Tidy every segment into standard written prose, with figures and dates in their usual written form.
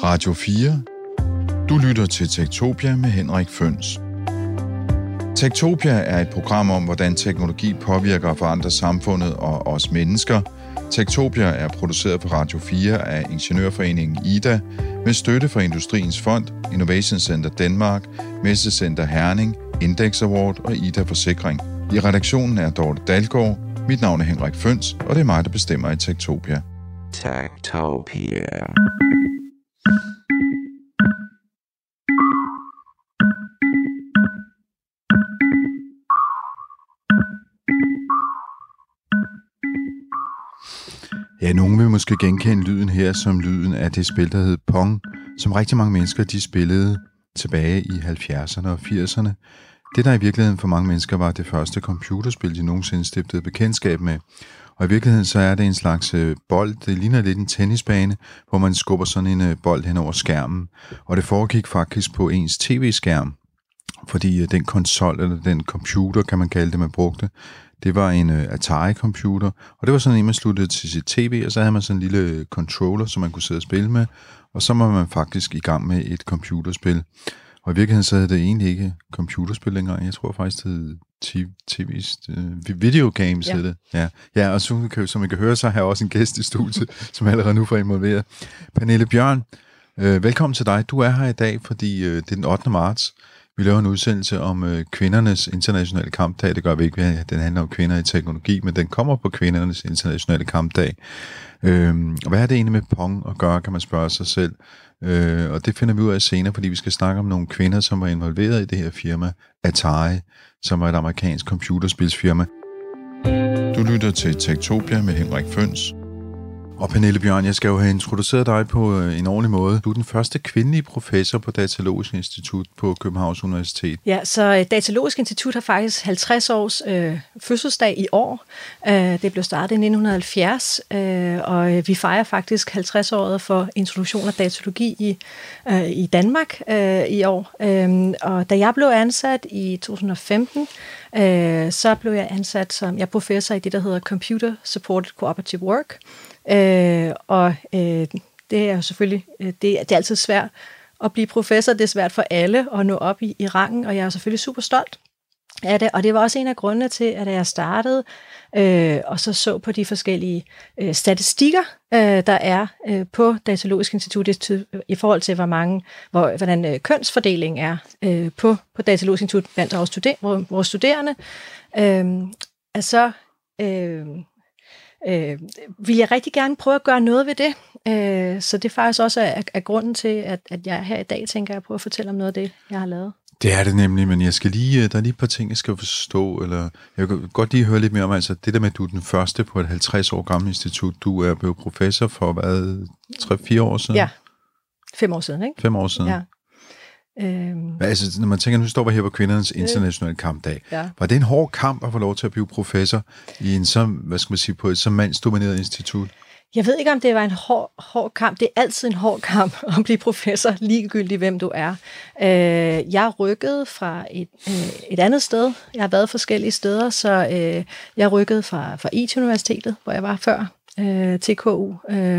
Radio 4. Du lytter til Techtopia med Henrik Føns. Techtopia er et program om, hvordan teknologi påvirker og forandrer samfundet og os mennesker. Techtopia er produceret på Radio 4 af Ingeniørforeningen IDA med støtte fra Industriens Fond, Innovation Center Danmark, Messecenter Herning, Index Award og IDA Forsikring. I redaktionen er Dorte Dalgaard. Mit navn er Henrik Føns, og det er mig, der bestemmer i Techtopia. Techtopia. Ja, nogen vil måske genkende lyden her som lyden af det spil, der hed Pong, som rigtig mange mennesker de spillede tilbage i 70'erne og 80'erne. Det, der i virkeligheden for mange mennesker var det første computerspil, de nogensinde stiftede bekendtskab med. Og i virkeligheden så er det en slags bold, det ligner lidt en tennisbane, hvor man skubber sådan en bold hen over skærmen. Og det foregik faktisk på ens tv-skærm, fordi den konsol, eller den computer, kan man kalde det, man brugte, det var en Atari-computer, og det var sådan en, man sluttede til sit tv, og så havde man sådan en lille controller, som man kunne sidde og spille med, og så var man faktisk i gang med et computerspil. Og i virkeligheden så hed det egentlig ikke computerspil længere, jeg tror faktisk, det hed videogames, hed det. Ja, og som I kan høre, så har jeg også en gæst i studiet, som allerede nu får involveret. Pernille Bjørn, velkommen til dig. Du er her i dag, fordi det er den 8. marts. Vi laver en udsendelse om kvindernes internationale kampdag. Det gør vi ikke, den handler om kvinder i teknologi, men den kommer på kvindernes internationale kampdag. Og hvad er det egentlig med Pong at gøre, kan man spørge sig selv. Og det finder vi ud af senere, fordi vi skal snakke om nogle kvinder, som var involveret i det her firma, Atari, som var et amerikansk computerspilsfirma. Du lytter til Techtopia med Henrik Føns. Og Pernille Bjørn, jeg skal jo have introduceret dig på en ordentlig måde. Du er den første kvindelige professor på Datalogisk Institut på Københavns Universitet. Ja, så Datalogisk Institut har faktisk 50 års fødselsdag i år. Det blev startet i 1970, og vi fejrer faktisk 50-året for introduktion af datalogi i Danmark i år. Og da jeg blev ansat i 2015, så blev jeg ansat som professor i det, der hedder Computer Supported Cooperative Work. Det er jo selvfølgelig, det er altid svært at blive professor, det er svært for alle at nå op i rangen, og jeg er selvfølgelig super stolt af det, og det var også en af grundene til, at jeg startede, og så på de forskellige statistikker, der er på Datalogisk Institut i forhold til, hvordan kønsfordelingen er på Datalogisk Institut blandt vores studerende. Vil jeg rigtig gerne prøve at gøre noget ved det. Så det er faktisk også er grunden til, at jeg her i dag tænker jeg på at fortælle om noget af det, jeg har lavet. Det er det nemlig, men der er lige et par ting, jeg skal forstå, eller jeg vil godt lige høre lidt mere om, altså det der med, at du er den første på et 50 år gammelt institut, du er blevet professor for, 3-4 år siden? Ja, 5 år siden, ikke? 5 år siden. Ja. Altså, når man tænker, nu står vi her på kvindernes internationale kampdag. Var det en hård kamp at få lov til at blive professor i en på et så mandsdomineret institut? Jeg ved ikke, om det var en hård kamp. Det er altid en hård kamp at blive professor, ligegyldigt hvem du er. Jeg rykkede fra et andet sted. Jeg har været forskellige steder, så jeg rykkede fra IT-universitetet, hvor jeg var før, til KU.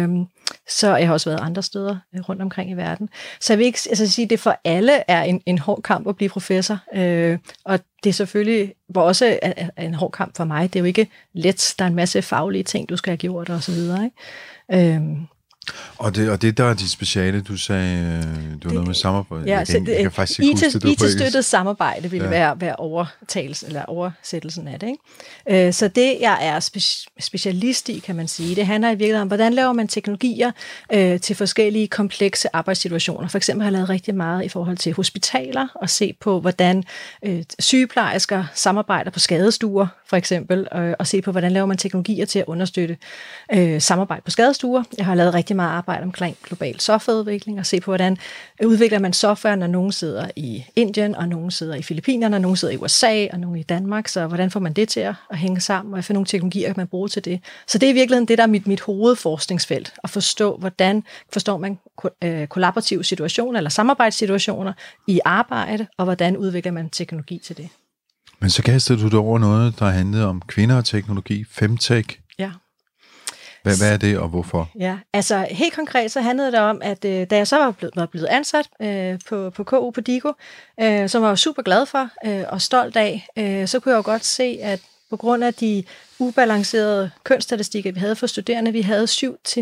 Så jeg har også været andre steder rundt omkring i verden. Så jeg vil ikke sige, at det for alle er en hård kamp at blive professor. Og det er selvfølgelig også en hård kamp for mig. Det er jo ikke let. Der er en masse faglige ting, du skal have gjort og så videre, ikke? Og det der er dit speciale, du sagde, det var noget med samarbejde. Ja, jeg kan faktisk ikke huske det. IT-støttet samarbejde ville være overtagelsen eller oversættelsen af det, ikke? Så det, jeg er specialist i, kan man sige, det handler i virkeligheden om, hvordan laver man teknologier til forskellige komplekse arbejdssituationer. For eksempel har jeg lavet rigtig meget i forhold til hospitaler, og se på, hvordan sygeplejersker samarbejder på skadestuer, for eksempel, og se på, hvordan laver man teknologier til at understøtte samarbejde på skadestuer. Jeg har lavet rigtig meget arbejde omkring global softwareudvikling, og se på, hvordan udvikler man software, når nogen sidder i Indien, og nogen sidder i Filippinerne, og nogen sidder i USA, og nogen i Danmark. Så hvordan får man det til at hænge sammen, og hvad for nogle teknologier kan man bruge til det? Så det er i virkeligheden det, der er mit hovedforskningsfelt, at forstå, hvordan forstår man kollaborative situationer, eller samarbejdssituationer i arbejde, og hvordan udvikler man teknologi til det. Men så kastede du det over noget, der handlede om kvinder og teknologi, femtech. Ja. Ja. Hvad er det, og hvorfor? Ja, altså helt konkret så handlede det om, at da jeg så var blevet ansat på KU på DIGO, som jeg var super glad for og stolt af, så kunne jeg jo godt se, at på grund af de ubalancerede kønsstatistikker, vi havde for studerende, vi havde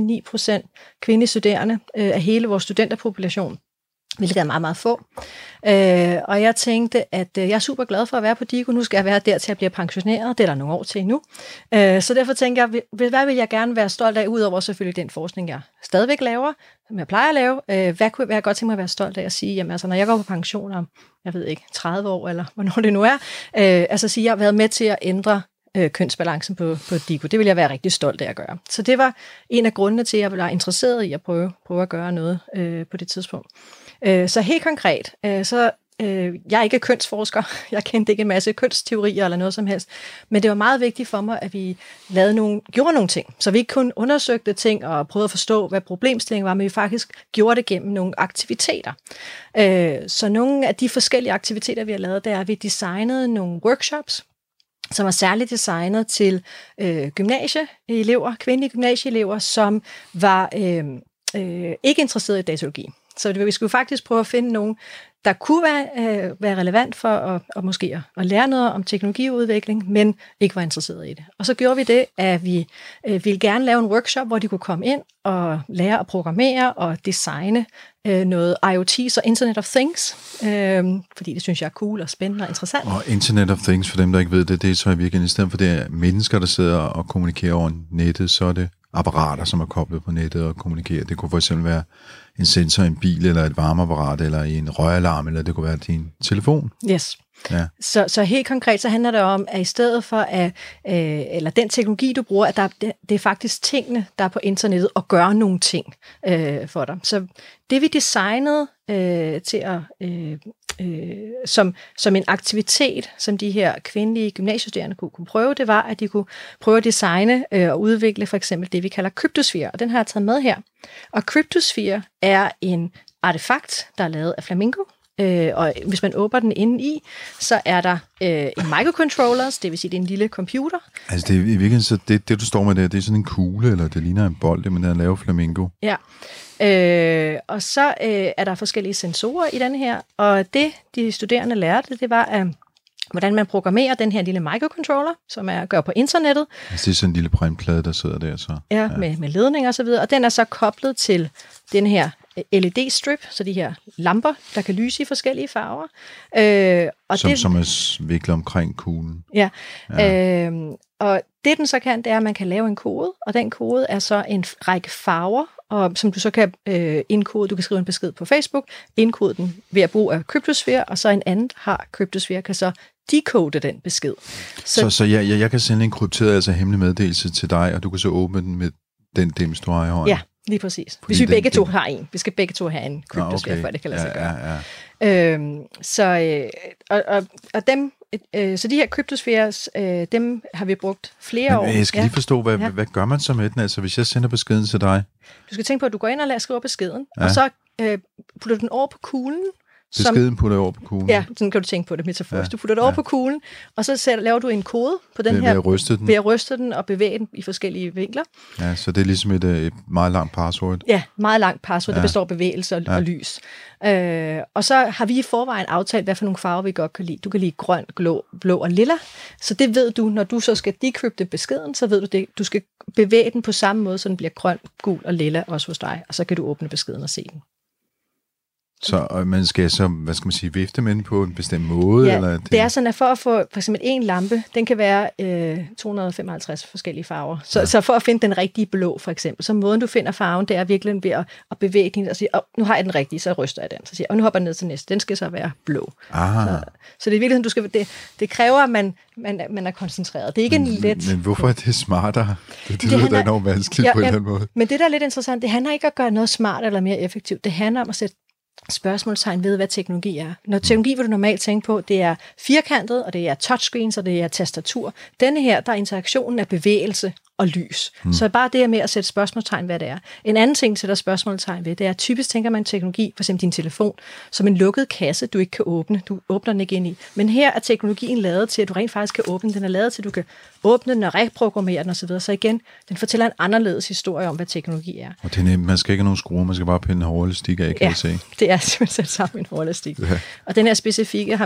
7-9% kvindelige studerende af hele vores studenterpopulation, hvilket er meget, meget få. Og jeg tænkte, at jeg er super glad for at være på DIGO. Nu skal jeg være der til at blive pensioneret. Det er der nogle år til endnu. Så derfor tænker jeg, hvad vil jeg gerne være stolt af, udover selvfølgelig den forskning, jeg stadigvæk laver, som jeg plejer at lave. Hvad kunne jeg godt tænke mig at være stolt af at sige? Jamen altså, når jeg går på pension om, jeg ved ikke, 30 år, eller hvornår det nu er, altså sige, jeg har været med til at ændre kønsbalancen på DIGO. Det vil jeg være rigtig stolt af at gøre. Så det var en af grundene til, at jeg var interesseret i at prøve at gøre noget på det tidspunkt. Så helt konkret, jeg er ikke kønsforsker, jeg kendte ikke en masse kønsteorier eller noget som helst, men det var meget vigtigt for mig, at vi gjorde nogle ting, så vi ikke kun undersøgte ting og prøvede at forstå, hvad problemstillingen var, men vi faktisk gjorde det gennem nogle aktiviteter. Så nogle af de forskellige aktiviteter, vi har lavet, der er, at vi designede nogle workshops, som er særligt designet til gymnasieelever, kvindelige gymnasieelever, som var ikke interesserede i datalogi. Så vi skulle faktisk prøve at finde nogen, der kunne være relevant for at måske at lære noget om teknologiudvikling, men ikke var interesseret i det. Og så gjorde vi det, at vi ville gerne lave en workshop, hvor de kunne komme ind og lære at programmere og designe noget IoT, så Internet of Things, fordi det synes jeg er cool og spændende og interessant. Og Internet of Things, for dem, der ikke ved det, det er så i virkeligheden, i stedet for det er mennesker, der sidder og kommunikerer over nettet, så er det apparater, som er koblet på nettet og kommunikerer. Det kunne for eksempel være en sensor i en bil, eller et varmeapparat, eller en røgalarm, eller det kunne være din telefon. Yes. Ja. Så helt konkret, så handler det om, at i stedet for, eller den teknologi, du bruger, at det er faktisk tingene, der er på internettet, og gør nogle ting for dig. Så det vi designede til at som en aktivitet, som de her kvindelige gymnasiestuderende kunne prøve, det var, at de kunne prøve at designe og udvikle for eksempel det, vi kalder kryptosfære, og den har jeg taget med her. Og kryptosfære er en artefakt, der er lavet af flamingo, og hvis man åbner den indeni, så er der en microcontroller, det vil sige, det er en lille computer. Altså det er i virkeligheden, så det du står med der, det er sådan en kugle, eller det ligner en bold, men den er lavet flamingo. Ja, og så er der forskellige sensorer i den her, og det de studerende lærte, det var, hvordan man programmerer den her lille microcontroller, som gør på internettet. Altså det er sådan en lille printplade, der sidder der så. Ja. Med ledninger og så videre, og den er så koblet til den her LED-strip, så de her lamper, der kan lyse i forskellige farver. Og som er viklet omkring kuglen. Ja, og det den så kan, det er, at man kan lave en kode, og den kode er så en række farver, og som du så kan indkode. Du kan skrive en besked på Facebook, indkode den ved at bruge af kryptosfære, og så en anden har kryptosfære, kan så decode den besked. Så jeg kan sende en krypteret, altså hemmelig meddelelse til dig, og du kan så åbne den med den dims, du har i hånden. Ja, lige præcis. Hvis vi begge to har en. Vi skal begge to have en kryptosfære, før det kan lade sig gøre. Og dem, så de her kryptosfærer, dem har vi brugt flere år. Jeg skal lige forstå, hvad gør man så med den? Altså, hvis jeg sender beskeden til dig? Du skal tænke på, at du går ind og skriver beskeden, og så putter du den over på kuglen. Beskeden putter over på kuglen? Ja, sådan kan du tænke på det metaforisk. Du putter det over på kuglen, og så laver du en kode på den her. Ved at ryste den og bevæge den i forskellige vinkler. Ja, så det er ligesom et meget langt password. Ja, meget langt password. Det består af bevægelse og lys. Og så har vi i forvejen aftalt, hvad for nogle farver vi godt kan lide. Du kan lide grøn, blå og lilla. Så det ved du, når du så skal decrypte beskeden, så ved du det. Du skal bevæge den på samme måde, så den bliver grøn, gul og lilla også hos dig. Og så kan du åbne beskeden og se den. Så man skal så, hvad skal man sige, vifte med den på en bestemt måde? Ja, eller det er sådan, at for at få for eksempel en lampe, den kan være 255 forskellige farver. Så for at finde den rigtige blå, for eksempel, så måden du finder farven, det er virkelig ved at bevæge den og sige, nu har jeg den rigtige, så ryster jeg den. Så siger jeg, nu hopper jeg ned til næste, den skal så være blå. Så det er virkelig, det kræver, at man er koncentreret. Det er ikke en let... Men hvorfor er det smartere? Det lyder da enormt vanskeligt på en eller anden måde. Men det, der er lidt interessant, det handler ikke om at gøre noget smart eller mere effektivt. Det handler om at sætte spørgsmålstegn ved, hvad teknologi er. Når teknologi, vil du normalt tænke på, det er firkantet, og det er touchscreens, og det er tastatur. Denne her, der er interaktionen af bevægelse og lys. Så bare det med at sætte spørgsmålstegn, hvad det er. En anden ting, sætter spørgsmålstegn ved, det er, typisk tænker man teknologi, for eksempel din telefon, som en lukket kasse, du ikke kan åbne. Du åbner den ikke ind i. Men her er teknologien lavet til, at du rent faktisk kan åbne den. Den er lavet til, at du kan åbne den og reprogrammere den osv. Så igen, den fortæller en anderledes historie om, hvad teknologi er. Og det er nemt. Man skal ikke have nogen skruer, man skal bare pille en hårdelastik af, kan jeg se. Det er simpelthen sat sammen med en hårdelastik. Ja. Og den her specifikke har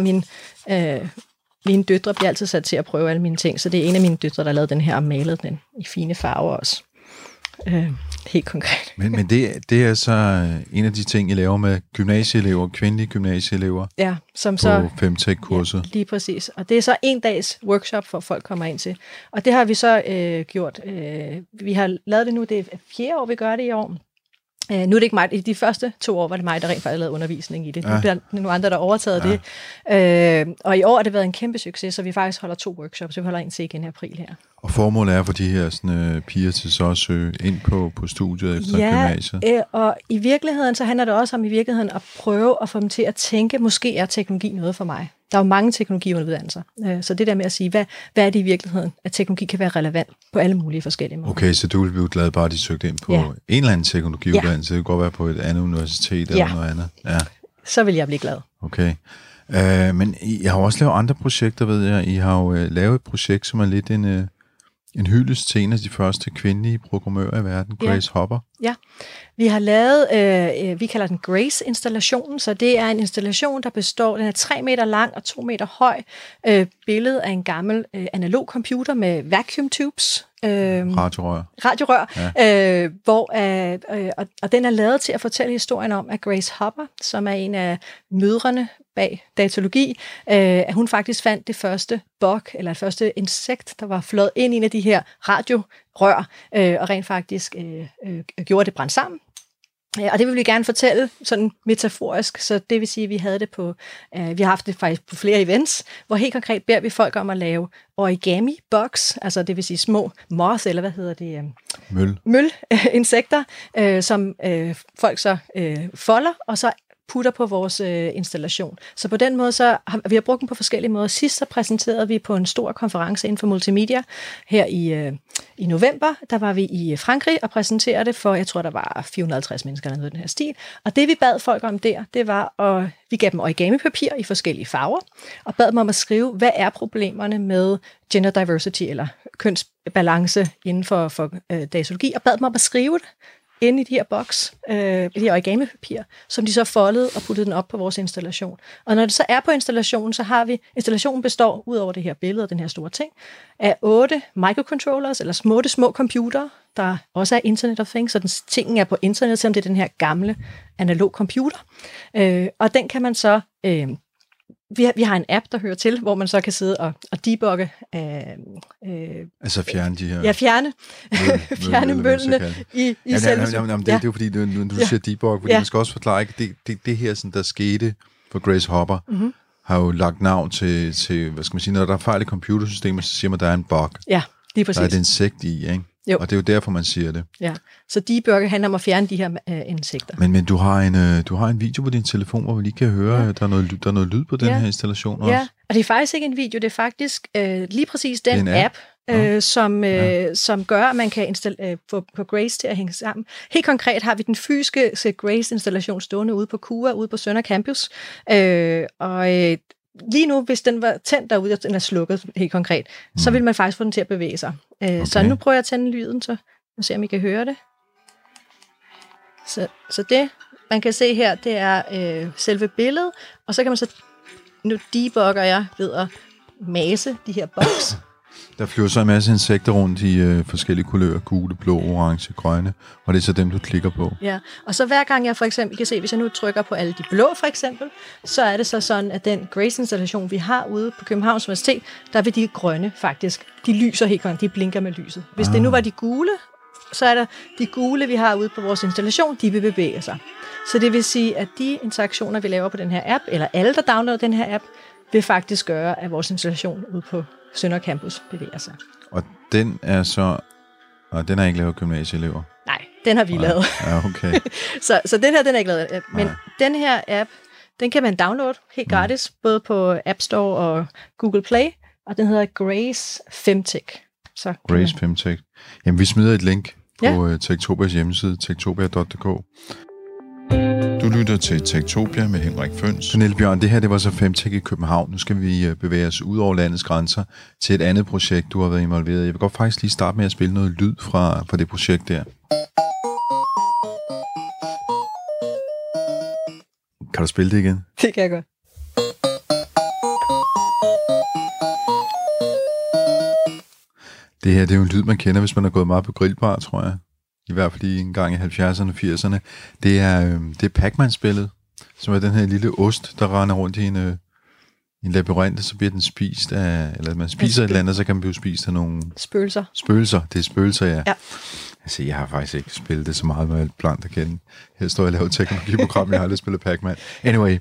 mine døtre bliver altid sat til at prøve alle mine ting, så det er en af mine døtre, der har lavet den her og malet den i fine farver også. Helt konkret. Men det er så en af de ting, I laver med gymnasieelever, kvindelige gymnasieelever, ja, som på så Femtech-kurset. Ja, lige præcis. Og det er så en dags workshop, for folk kommer ind til. Og det har vi så gjort. Vi har lavet det nu, det er 4. år, vi gør det i år. Nu er det ikke mig. I de første 2 år var det mig, der rent faktisk lavede undervisning i det. Nu bliver nogle andre, der overtaget det. Og i år har det været en kæmpe succes, så vi faktisk holder 2 workshops. Vi holder en til igen i april her. Og formålet er for de her sådan, piger til så at søge ind på studiet efter gymnasiet? Og i virkeligheden, så handler det også om at prøve at få dem til at tænke, måske er teknologi noget for mig. Der er jo mange teknologiuddannelser. Så det der med at sige, hvad er det i virkeligheden, at teknologi kan være relevant på alle mulige forskellige måder. Okay, så du ville blive glad bare, at de søgte ind på en eller anden teknologiuddannelse. Det kan godt være på et andet universitet eller noget andet. Ja. Så vil jeg blive glad. Okay. Men I har også lavet andre projekter, ved jeg. I har jo lavet et projekt, som er lidt en hyldest til en af de første kvindelige programmører i verden, Grace Hopper. Ja, vi har lavet, vi kalder den Grace-installationen, så det er en installation, der består, den er 3 meter lang og 2 meter høj, billede af en gammel analog computer med vacuum tubes. Radiorør, og den er lavet til at fortælle historien om, at Grace Hopper, som er en af mødrene bag datalogi, at hun faktisk fandt det første bug, eller det første insekt, der var fløjet ind i en af de her radiorør, og rent faktisk gjorde det brænde sammen. Og det vil vi gerne fortælle sådan metaforisk, så det vil sige, at vi havde det på, vi har haft det faktisk på flere events, hvor helt konkret beder vi folk om at lave origami box, altså det vil sige små moth, eller hvad hedder det? Mølinsekter, som folk så folder, og så putter på vores installation. Så på den måde, så har vi brugt den på forskellige måder. Sidst så præsenterede vi på en stor konference inden for multimedia her i november. Der var vi i Frankrig og præsenterede det for, jeg tror, der var 450 mennesker, der nåede den her stil. Og det vi bad folk om der, det var, at vi gav dem origami-papir i forskellige farver, og bad dem om at skrive, hvad er problemerne med gender diversity, eller kønsbalance inden for datalogi, og bad dem om at skrive det inde i de her boks, de her origami-papir, som de så foldede og puttede den op på vores installation. Og når det så er på installationen, så har vi, installationen består, ud over det her billede og den her store ting, af 8 microcontrollers, eller små computere, der også er Internet of Things, så tingen er på internet, selvom det er den her gamle analog computer. Og den kan man så... Vi har en app, der hører til, hvor man så kan sidde og debugge. Altså fjerne de her... Ja, fjerne møllene i selve... Det er jo fordi, du siger debug, fordi man skal også forklare, det her, sådan, der skete for Grace Hopper, har jo lagt navn til, hvad skal man sige, når der er fejl i computersystemet, så siger man, der er en bug. Ja, lige præcis. Der er et insekt i, ikke? Jo. Og det er jo derfor, man siger det. Ja, så debugger handler om at fjerne de her insekter. Men du har en video på din telefon, hvor vi lige kan høre, der er noget lyd på den her installation også. Ja, og det er faktisk ikke en video, det er faktisk lige præcis den app, som gør, at man kan få Grace til at hænge sammen. Helt konkret har vi den fysiske Grace-installation stående ude på KUA, ude på Sønder Campus, lige nu, hvis den var tændt derude, og den er slukket helt konkret, så vil man faktisk få den til at bevæge sig. Okay. Så nu prøver jeg at tænde lyden, så nu ser jeg, om I kan høre det. Så det, man kan se her, det er selve billedet, og så kan man så, nu debugger jeg ved at mase de her boks. Der flyver så en masse insekter rundt i forskellige kulører, gule, blå, orange, grønne, og det er så dem, du klikker på. Ja, og så hver gang jeg for eksempel kan se, hvis jeg nu trykker på alle de blå for eksempel, så er det så sådan, at den Grace-installation, vi har ude på Københavns Universitet, der vil de grønne faktisk, de lyser helt grønne, de blinker med lyset. Hvis det nu var de gule, så er der de gule, vi har ude på vores installation, de vil bevæge sig. Så det vil sige, at de interaktioner, vi laver på den her app, eller alle, der downloader den her app, vil faktisk gøre, at vores installation ude på Sønder Campus bevæger sig. Og den er så... Og den er ikke lavet gymnasieelever? Nej, den har vi lavet. Ja, okay. så den her, den er ikke lavet. Men den her app, den kan man downloade helt gratis, både på App Store og Google Play, og den hedder Grace Femtech. Så Race Femtech. Jamen, vi smider et link på Techtopias hjemmeside, techtopia.dk. Du lytter til Techtopia med Henrik Føns. Pernille Bjørn, det her det var så Femtech i København. Nu skal vi bevæge os ud over landets grænser til et andet projekt, du har været involveret i. Jeg vil godt faktisk lige starte med at spille noget lyd fra det projekt der. Kan du spille det igen? Det kan jeg godt. Det her det er jo en lyd, man kender, hvis man har gået meget på grillbar, tror jeg. I hvert fald en gang i 70'erne og 80'erne. Det er Pac-Man-spillet, som er den her lille ost, der render rundt i en labyrint, og så bliver den spist af, eller man spiser et eller andet, så kan man blive spist af nogle... Spøgelser. Spøgelser, det er spøgelser, ja. Altså, jeg har faktisk ikke spillet det så meget, med alt blandt at kende. Her står jeg og laver et teknologiprogram, jeg har aldrig spillet Pac-Man. Anyway,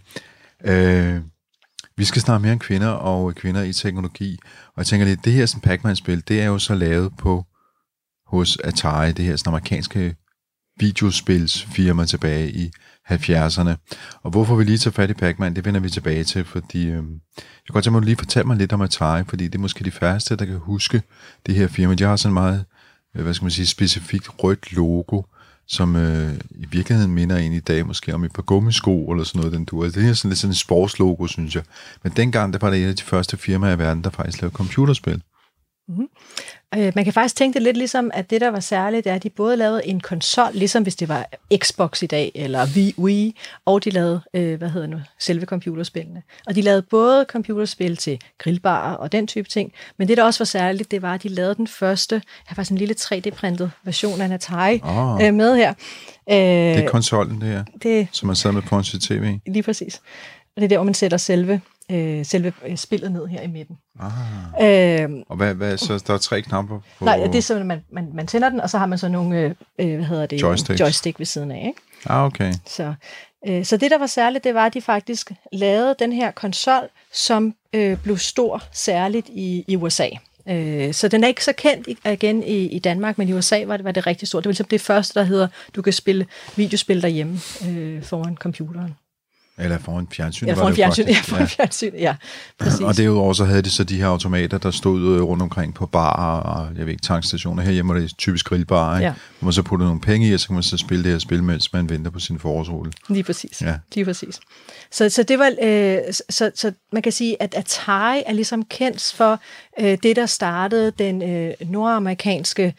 vi skal snakke mere om kvinder og kvinder i teknologi, og jeg tænker lidt, det her sådan Pac-Man-spil, det er jo så lavet hos Atari, det her sådan amerikanske videospilsfirma tilbage i 70'erne. Og hvorfor vi lige tager fat i Pac-Man, det vender vi tilbage til, fordi jeg kan godt tænke mig, at du lige fortælle mig lidt om Atari, fordi det er måske de færreste, der kan huske det her firma. De har sådan meget, specifikt rødt logo, som i virkeligheden minder en i dag måske om et par gummisko eller sådan noget, den duer. Det er sådan lidt sådan en sportslogo, synes jeg. Men dengang, der var det et af de første firmaer i verden, der faktisk lavede computerspil. Mm-hmm. Man kan faktisk tænke det lidt ligesom, at det, der var særligt, er, at de både lavede en konsol, ligesom hvis det var Xbox i dag, eller Wii, og de lavede, selve computerspillene. Og de lavede både computerspil til grillbarer og den type ting, men det, der også var særligt, det var, at de lavede den første, jeg har faktisk en lille 3D-printet version af en Atari med her. Det er konsollen, det her, som man sad med på en tv. Lige præcis. Og det er der, hvor man sætter selve spillet ned her i midten. Og hvad så der er 3 knapper på? Nej, det er sådan, man tænder den, og så har man så nogle joystick ved siden af, ikke? Okay. Så det, der var særligt, det var, at de faktisk lavede den her konsol, som blev stor særligt i USA. Så den er ikke så kendt igen i Danmark, men i USA var det rigtig stort. Det var ligesom det første, der hedder, du kan spille videospil derhjemme foran computeren. Eller foran fjernsyn. Ja, foran fjernsyn, ja, præcis. Og derudover så havde de så de her automater, der stod rundt omkring på barer og jeg ved ikke, tankstationer. Herhjemme var det typisk grillbarer, ikke? Hvor man så puttede nogle penge i, og så kan man så spille det her spil, mens man venter på sin forårsrulle. Lige præcis. Ja. Lige præcis. Så det var, så man kan sige, at Atari er ligesom kendt for det, der startede den nordamerikanske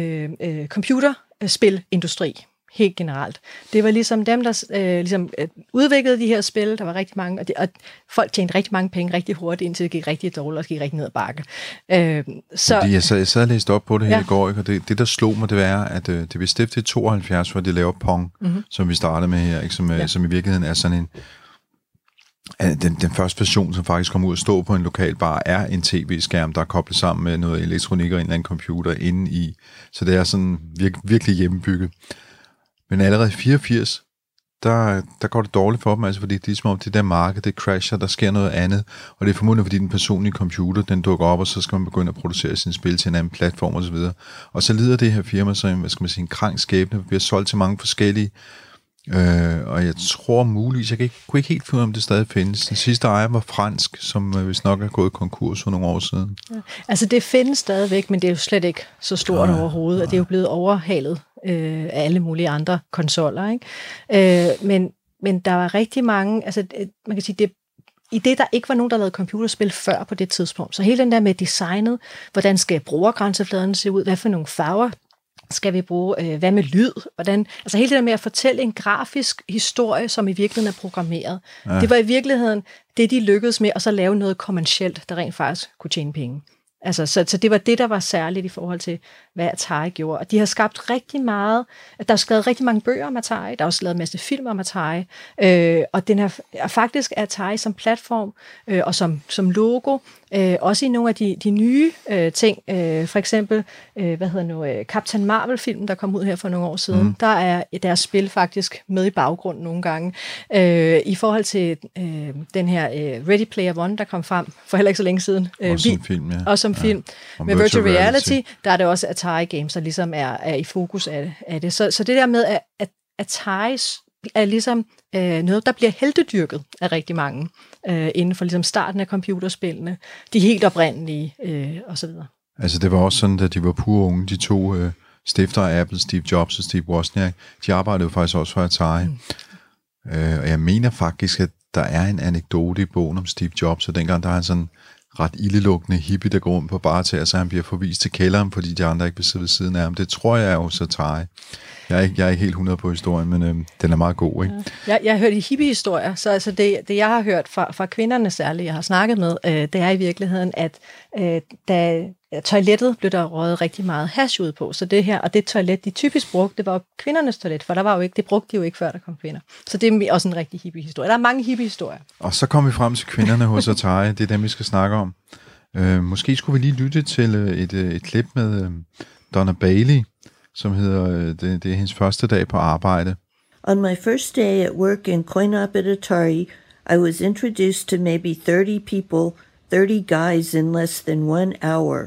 computerspilindustri. Helt generelt. Det var ligesom dem, der udviklede de her spil. Der var rigtig mange, og folk tjente rigtig mange penge rigtig hurtigt, indtil det gik rigtig dårligt og gik rigtig ned ad bakke. Fordi jeg sad og læste op på det her i går, ikke? Og det der slog mig, det var, at det blev stiftet i 92, hvor de laver Pong, som vi startede med her, ikke? Som i virkeligheden er sådan en... Den første version, som faktisk kommer ud og stå på en lokal bar, er en tv-skærm, der er koblet sammen med noget elektronik og en eller anden computer inde i. Så det er sådan virkelig hjemmebygget. Men allerede i 84, der går det dårligt for dem, altså fordi det er som om det der marked, det crasher, der sker noget andet, og det er formodentlig fordi den personlige computer, den dukker op, og så skal man begynde at producere sin spil til en anden platform osv. Og så lider det her firma så en krank skæbne, bliver solgt til mange forskellige, og jeg tror muligvis, kunne ikke helt finde ud af, om det stadig findes. Den sidste ejer var fransk, som hvis nok er gået konkurs for nogle år siden. Ja. Altså det findes stadigvæk, men det er jo slet ikke så stort overhovedet, at det er jo blevet overhalet af alle mulige andre konsoller, ikke? Men der var rigtig mange, altså man kan sige, i det, der ikke var nogen, der lavede computerspil før på det tidspunkt. Så hele den der med designet, hvordan skal brugergrænsefladen se ud, hvad for nogle farver skal vi bruge, hvad med lyd, hvordan, altså hele det der med at fortælle en grafisk historie, som i virkeligheden er programmeret. Ja. Det var i virkeligheden det, de lykkedes med, og så lave noget kommercielt, der rent faktisk kunne tjene penge. Altså, så det var det, der var særligt i forhold til, hvad Atari gjorde. Og de har skabt rigtig meget, der er skrevet rigtig mange bøger om Atari, der er også lavet en masse film om Atari, og den er faktisk Atari som platform og som logo, også i nogle af de nye ting, for eksempel, Captain Marvel-filmen, der kom ud her for nogle år siden, der er deres spil faktisk med i baggrunden nogle gange. I forhold til den her Ready Player One, der kom frem for heller ikke så længe siden. Også som film, ja. Også som film. Med Virtual Reality, der er det også Atari Games, der ligesom er i fokus af det. Så det der med, at Atari er ligesom noget, der bliver heltedyrket af rigtig mange inden for ligesom starten af computerspillene, de helt oprindelige osv. Altså det var også sådan, da de var pure unge, de to stiftere af Apple, Steve Jobs og Steve Wozniak, de arbejdede jo faktisk også for Atari. Og jeg mener faktisk, at der er en anekdote i bogen om Steve Jobs, og dengang der er han sådan ret ildelugtende hippie, der går rundt på barter, så han bliver forvist til kælderen, fordi de andre ikke vil sidde ved siden af ham. Det tror jeg er jo så Atari. Jeg er ikke helt 100 på historien, men den er meget god, ikke? Ja. Jeg har hørt i hippie-historier, så altså det jeg har hørt fra kvinderne særligt, jeg har snakket med, det er i virkeligheden, at da toilettet blev der røget rigtig meget hash ud på, så det her, og det toilet, de typisk brugte, det var jo kvindernes toilet, for der var jo ikke, det brugte de jo ikke, før der kom kvinder. Så det er også en rigtig hippie-historie. Der er mange hippie-historier. Og så kom vi frem til kvinderne hos Atari, det er dem, vi skal snakke om. Måske skulle vi lige lytte til et klip med Donna Bailey, som hedder, det er hendes første dag på arbejde. On my first day at work in Coin-Op at Atari, I was introduced to maybe 30 people, 30 guys in less than 1 hour.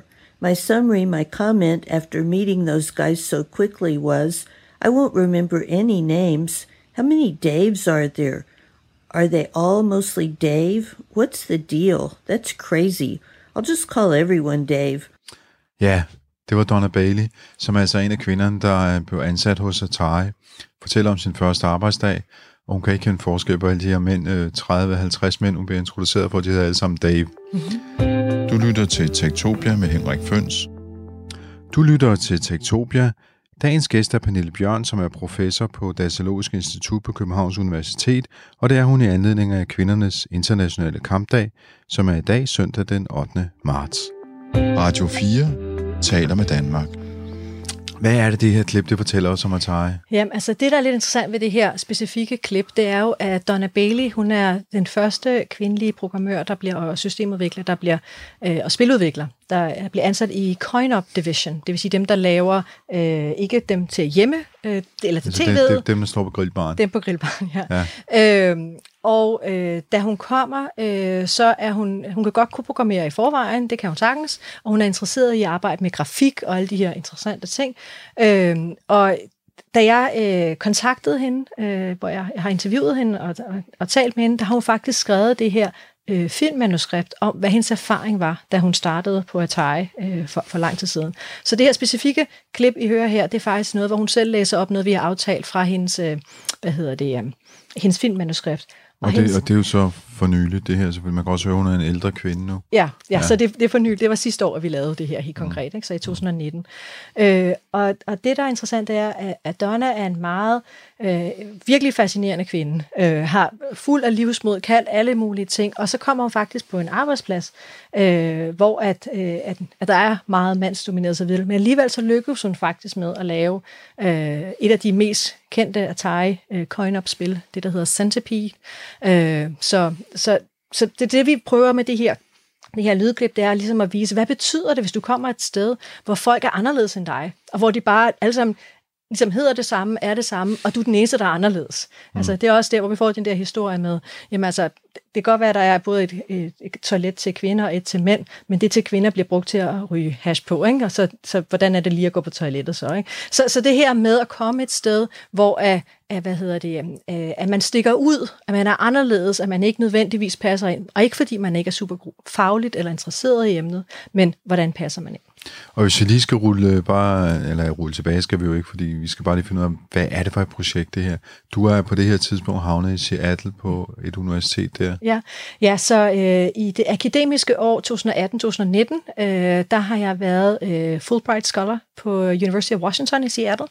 My comment after meeting those guys so quickly was, I won't remember any names. How many Daves are there? Are they all mostly Dave? What's the deal? That's crazy. I'll just call everyone Dave. Ja, det var Donna Bailey, som er altså en af kvinderne, der blev ansat hos Atari, fortæller om sin første arbejdsdag, og hun kan ikke kende forskel på alle de her mænd, 30-50 mænd, hun bliver introduceret for, de hedder alle sammen Dave. Mm-hmm. Du lytter til Techtopia med Henrik Føns. Du lytter til Techtopia. Dagens gæst er Pernille Bjørn, som er professor på Datalogisk Institut på Københavns Universitet, og det er hun i anledning af kvindernes internationale kampdag, som er i dag søndag den 8. marts. Radio 4 taler med Danmark. Hvad er det her klip, det fortæller os om Atari? Jamen, altså det, der er lidt interessant ved det her specifikke klip, det er jo, at Donna Bailey, hun er den første kvindelige programmør, der bliver, og systemudvikler, der bliver, og spiludvikler, der bliver ansat i Coin-Op Division. Det vil sige dem, der laver, ikke dem til hjemme, eller til tv'et. Det dem, der står på grillbaren. Dem på grillbaren, ja. Og da hun kommer, så er hun kan godt kunne programmere i forvejen, det kan hun sagtens, og hun er interesseret i at arbejde med grafik og alle de her interessante ting. Og da jeg kontaktede hende, hvor jeg har interviewet hende og talt med hende, der har hun faktisk skrevet det her filmmanuskript om, hvad hendes erfaring var, da hun startede på Atari for lang tid siden. Så det her specifikke klip, I hører her, det er faktisk noget, hvor hun selv læser op noget, vi har aftalt fra hendes, hendes filmmanuskript. Og det er jo så for nyligt, det her selvfølgelig. Man kan også høre, hun er en ældre kvinde nu. Ja. Så det er for nyligt. Det var sidste år, at vi lavede det her helt konkret, ikke? Så i 2019. Og det, der er interessant, det er, at Donna er en meget virkelig fascinerende kvinde. Har fuld af livsmod, kan alle mulige ting. Og så kommer hun faktisk på en arbejdsplads, hvor at der er meget mandsdomineret så videre. Men alligevel så lykkes hun faktisk med at lave et af de mest kendte Atari coin-op-spil, det der hedder Centipede. Så det er det, vi prøver med det her lydklip, det er ligesom at vise, hvad betyder det, hvis du kommer et sted, hvor folk er anderledes end dig, og hvor de bare alle sammen ligesom hedder det samme, er det samme, og du er den eneste, der er anderledes. Altså, det er også der, hvor vi får den der historie med, jamen altså, det kan godt være, at der er både et toilet til kvinder og et til mænd, men det til kvinder bliver brugt til at ryge hash på, ikke? Og så hvordan er det lige at gå på toilettet så, ikke? Så det her med at komme et sted, hvor at man stikker ud, at man er anderledes, at man ikke nødvendigvis passer ind, og ikke fordi man ikke er super fagligt eller interesseret i emnet, men hvordan passer man ind? Og hvis vi lige skal rulle tilbage, skal vi jo ikke, fordi vi skal bare lige finde ud af, hvad er det for et projekt, det her? Du er på det her tidspunkt havnet i Seattle på et universitet der. Ja, så i det akademiske år 2018-2019, der har jeg været Fulbright Scholar på University of Washington i Seattle.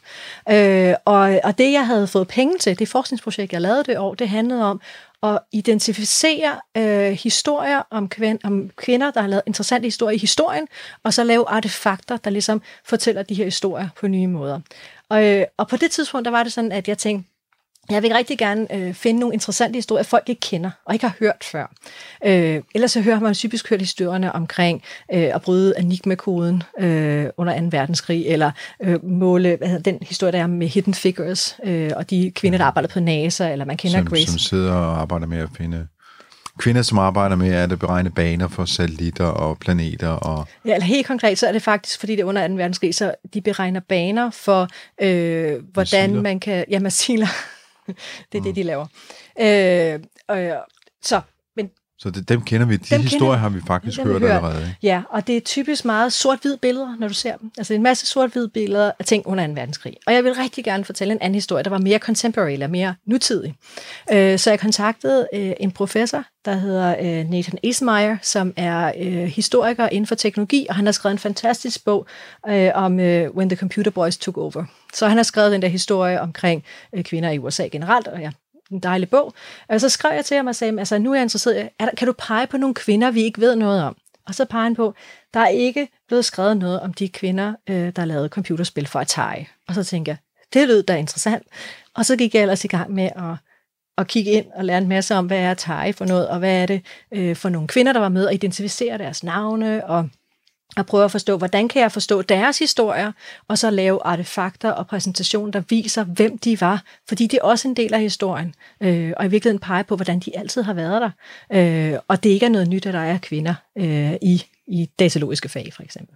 Og det, jeg havde fået penge til, det forskningsprojekt, jeg lavede det år, det handlede om at identificere historier om kvinder, der har lavet interessante historier i historien, og så lave artefakter, der ligesom fortæller de her historier på nye måder. Og på det tidspunkt, der var det sådan, at jeg tænkte, jeg vil rigtig gerne finde nogle interessante historier, folk ikke kender og ikke har hørt før. Ellers så hører man typisk hørt historierne omkring at bryde Enigma-koden under 2. verdenskrig, eller måle den historie, der er med Hidden Figures, og de kvinder, der arbejder på NASA, eller man kender Grace. Som sidder og arbejder med at finde kvinder, som arbejder med at beregne baner for satellitter og planeter. Og ja, eller helt konkret, så er det faktisk, fordi det er under 2. verdenskrig, så de beregner baner for, hvordan missiler. Man kan... Ja, missiler. Det er det, de laver. Men Så dem kender vi. De historier har vi faktisk hørt allerede. Ikke? Ja, og det er typisk meget sort-hvid billeder, når du ser dem. Altså en masse sort-hvid billeder af ting under 2. verdenskrig. Og jeg vil rigtig gerne fortælle en anden historie, der var mere contemporary, eller mere nutidig. Så jeg kontaktede en professor, der hedder Nathan Eismeyer, som er historiker inden for teknologi, og han har skrevet en fantastisk bog om When the Computer Boys Took Over. Så han har skrevet den der historie omkring kvinder i USA generelt, og ja, en dejlig bog. Og så skrev jeg til ham og sagde, altså nu er jeg interesseret, kan du pege på nogle kvinder, vi ikke ved noget om? Og så peger han på, der er ikke blevet skrevet noget om de kvinder, der lavede computerspil for Atari. Og så tænkte jeg, det lød da interessant. Og så gik jeg ellers i gang med at kigge ind og lære en masse om, hvad er Atari for noget, og hvad er det for nogle kvinder, der var med, og identificere deres navne, og prøve at forstå, hvordan kan jeg forstå deres historier, og så lave artefakter og præsentation, der viser, hvem de var, fordi det er også en del af historien, og i virkeligheden pege på, hvordan de altid har været der, og det ikke er noget nyt, at der er kvinder i datalogiske fag, for eksempel.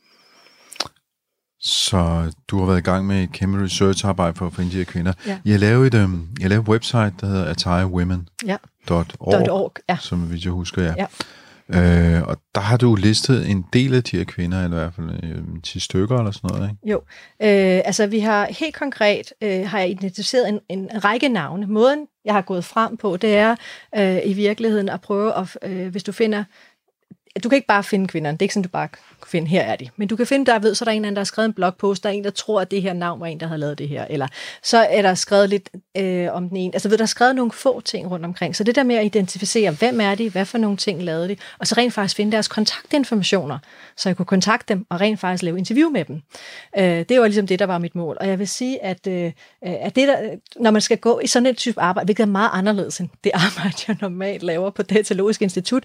Så du har været i gang med et kæmpe research-arbejde for at finde de her kvinder. Ja. Jeg lavede et website, der hedder atariwomen.org, ja. som hvis jeg husker, ja. Og der har du listet en del af de her kvinder, eller i hvert fald 10 stykker eller sådan noget, ikke? Jo, altså vi har helt konkret, har jeg identificeret en række navne. Måden, jeg har gået frem på, det er i virkeligheden at prøve at, hvis du finder, du kan ikke bare finde kvinderne, det er ikke sådan, du bare kan finde, her er de. Men du kan finde, så er der en eller anden, der har skrevet en blogpost, der er en, der tror, at det her navn var en, der havde lavet det her. Eller så er der skrevet lidt om den ene. Altså der er skrevet nogle få ting rundt omkring. Så det der med at identificere, hvem er de, hvad for nogle ting lavede de, og så rent faktisk finde deres kontaktinformationer, så jeg kunne kontakte dem og rent faktisk lave interview med dem. Det var ligesom det, der var mit mål. Og jeg vil sige, at det der, når man skal gå i sådan et type arbejde, hvilket er meget anderledes end det arbejde, jeg normalt laver på Datalogisk Institut,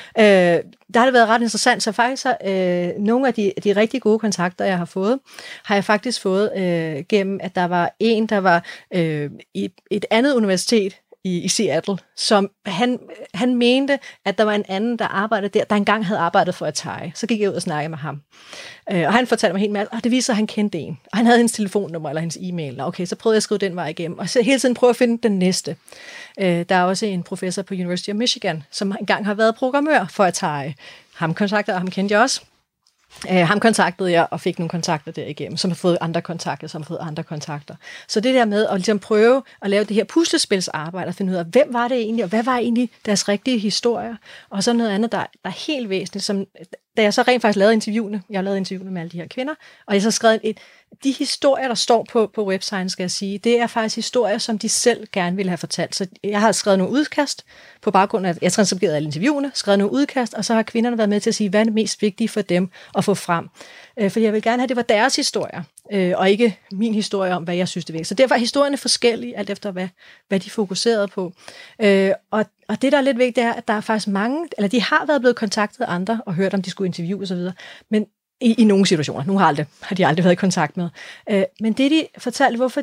der har det været ret interessant. Så faktisk nogle af de rigtig gode kontakter, jeg har fået, har jeg faktisk fået gennem, at der var en, der var i et andet universitet i Seattle, som han mente, at der var en anden, der arbejdede der engang havde arbejdet for Atari. Så gik jeg ud og snakkede med ham. Og han fortalte mig helt meget, og det viser, at han kendte en. Og han havde hendes telefonnummer eller hendes e-mail. Okay, så prøvede jeg at skrive den vej igennem. Og så hele tiden prøve at finde den næste. Der er også en professor på University of Michigan, som engang har været programmør for Atari. Ham kontaktede, og ham kendte jeg også. Ham kontaktede jeg og fik nogle kontakter derigennem, som har fået andre kontakter, som har fået andre kontakter. Så det der med at ligesom prøve at lave det her puslespilsarbejde og finde ud af, hvem var det egentlig, og hvad var egentlig deres rigtige historier, og så noget andet, der er helt væsentligt, som da jeg så rent faktisk lavede interviewene, jeg har lavet interviewene med alle de her kvinder, og jeg så skrev de historier, der står på websiden, skal jeg sige, det er faktisk historier, som de selv gerne ville have fortalt. Så jeg har skrevet nogle udkast på baggrund af, at jeg transkriberede alle interviewene, skrevet nogle udkast, og så har kvinderne været med til at sige, hvad er det mest vigtige for dem at få frem. Fordi jeg vil gerne have, at det var deres historier, og ikke min historie om, hvad jeg synes det er vigtigt. Så derfor er historierne forskellige, alt efter hvad de fokuserede på. Og det, der er lidt vigtigt, er, at der er faktisk mange, eller de har været blevet kontaktet af andre, og hørt om, de skulle interviewe osv., men i nogle situationer. Nu har de aldrig været i kontakt med. Men det, de fortalte, hvorfor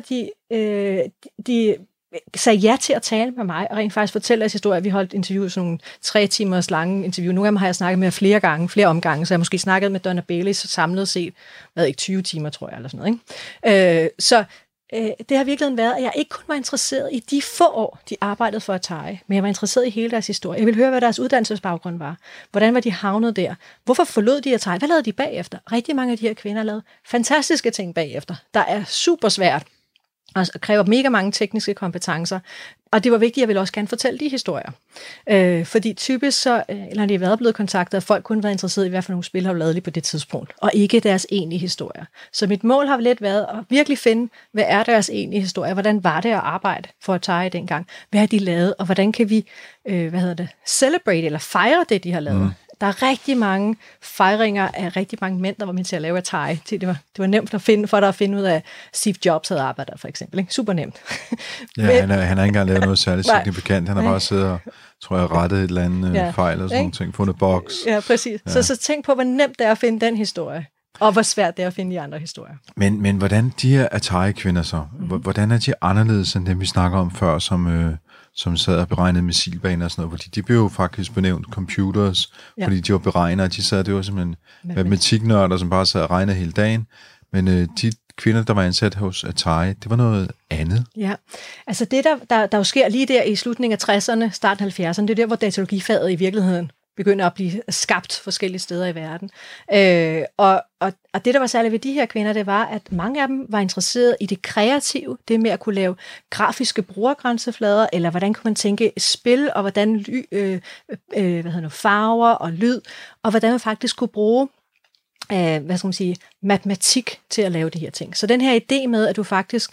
de sagde ja til at tale med mig, og rent faktisk fortælle deres historie. Vi holdt interview, sådan nogle 3 timers lange interview. Nogle af dem har jeg snakket med flere omgange, så jeg har måske snakket med Donna Bailey, så samlet set, 20 timer, tror jeg, eller sådan noget. Ikke? Det har virkelig været, at jeg ikke kun var interesseret i de få år, de arbejdede for Atari, men jeg var interesseret i hele deres historie. Jeg ville høre, hvad deres uddannelsesbaggrund var. Hvordan var de havnet der? Hvorfor forlod de Atari? Hvad lavede de bagefter? Rigtig mange af de her kvinder lavede fantastiske ting bagefter. Der er super svært og kræver mega mange tekniske kompetencer. Og det var vigtigt, at jeg ville også gerne fortælle de historier. Fordi typisk så, eller de har været blevet kontaktet, at folk kun har været interesseret i, hvad for nogle spil har du lavet lige på det tidspunkt, og ikke deres egentlige historier. Så mit mål har lidt været at virkelig finde, hvad er deres egentlige historie, hvordan var det at arbejde for Atari dengang, hvad har de lavet, og hvordan kan vi, celebrate eller fejre det, de har lavet. Der er rigtig mange fejringer af rigtig mange mænd, der var med til at lave Atari. Det var nemt for dig at finde ud af, Steve Jobs havde arbejdet, for eksempel. Ikke? Super nemt. Ja, han har ikke engang lavet noget særligt signifikant. Han har bare siddet og, tror jeg, rettet et eller andet fejl og sådan nogle ting, fundet boks. Ja, præcis. Ja. Så tænk på, hvor nemt det er at finde den historie, og hvor svært det er at finde de andre historier. Men hvordan de her Atari-kvinder så, hvordan er de anderledes end dem, vi snakker om før, som sad og beregnede missilbaner og sådan noget, fordi de blev jo faktisk benævnt computers, fordi de var beregnere, det var simpelthen matematiknørder, som bare sad og regnede hele dagen, men de kvinder, der var ansat hos Atari, det var noget andet. Ja, altså det, der jo sker lige der i slutningen af 60'erne, starten af 70'erne, det er der, hvor datalogifaget i virkeligheden begynder at blive skabt forskellige steder i verden. Og det, der var særligt ved de her kvinder, det var, at mange af dem var interesseret i det kreative, det med at kunne lave grafiske brugergrænseflader, eller hvordan kunne man tænke spil, og hvordan farver og lyd, og hvordan man faktisk kunne bruge matematik til at lave de her ting. Så den her idé med, at du faktisk,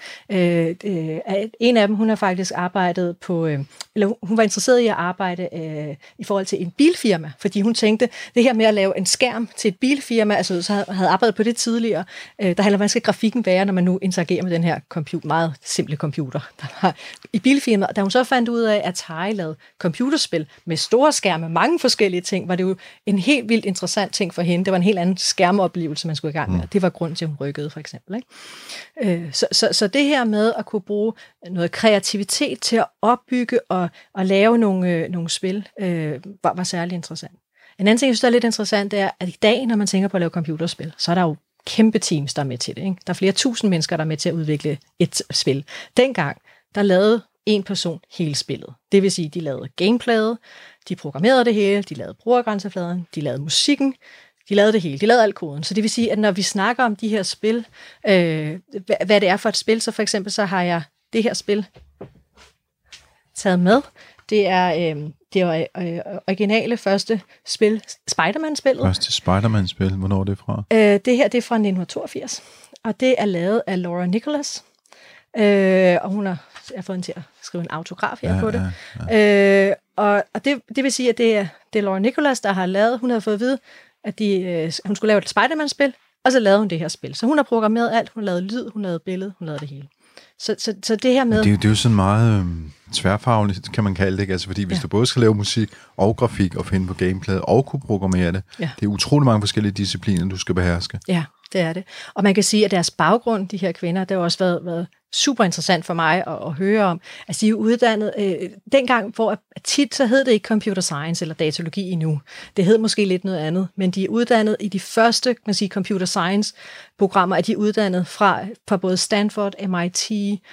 en af dem, hun har faktisk arbejdet på, eller hun var interesseret i at arbejde i forhold til en bilfirma, fordi hun tænkte, det her med at lave en skærm til et bilfirma, altså så havde arbejdet på det tidligere, der handler om, hvordan skal grafikken være, når man nu interagerer med den her meget simple computer, der var i bilfirmaet. Da hun så fandt ud af, at Atari lavede computerspil med store skærme, mange forskellige ting, var det jo en helt vildt interessant ting for hende. Det var en helt anden skærmoplevelse, man skulle i gang med. Det var grund til, at hun rykkede, for eksempel. Ikke? Så det her med at kunne bruge noget kreativitet til at opbygge og lave nogle spil, var særlig interessant. En anden ting, jeg synes, der er lidt interessant, det er, at i dag, når man tænker på at lave computerspil, så er der jo kæmpe teams, der er med til det. Ikke? Der er flere tusind mennesker, der er med til at udvikle et spil. Dengang, der lavede en person hele spillet. Det vil sige, de lavede gameplayet, de programmerede det hele, de lavede brugergrænsefladen, de lavede musikken, de lavede det hele. De lavede al koden. Så det vil sige, at når vi snakker om de her spil, hvad det er for et spil, så for eksempel så har jeg det her spil taget med. Det er originale første spil, Spider-Man-spillet. Første Spider-Man-spil, hvornår er det fra? Det her, det er fra 1982, og det er lavet af Laura Nicholas. Og hun har fået hende til at skrive en autograf her på det. Ja. Og det vil sige, at det er Laura Nicholas, der har lavet, hun har fået at vide, at hun skulle lave et Spider-Man-spil, og så lavede hun det her spil. Så hun har programmeret alt, hun lavede lyd, hun lavede billede, hun lavede det hele. Så det her med... Det er jo sådan meget tværfagligt, kan man kalde det, ikke? Altså, fordi hvis du både skal lave musik og grafik og finde på gameplayet og kunne programmere det, det er utrolig mange forskellige discipliner, du skal beherske. Ja, det er det. Og man kan sige, at deres baggrund, de her kvinder, det har også været super interessant for mig at høre om. Altså, de er uddannet dengang, hvor tit så hed det ikke computer science eller datalogi endnu. Det hed måske lidt noget andet, men de er uddannet i de første, kan man sige, computer science programmer, er de uddannet fra både Stanford, MIT,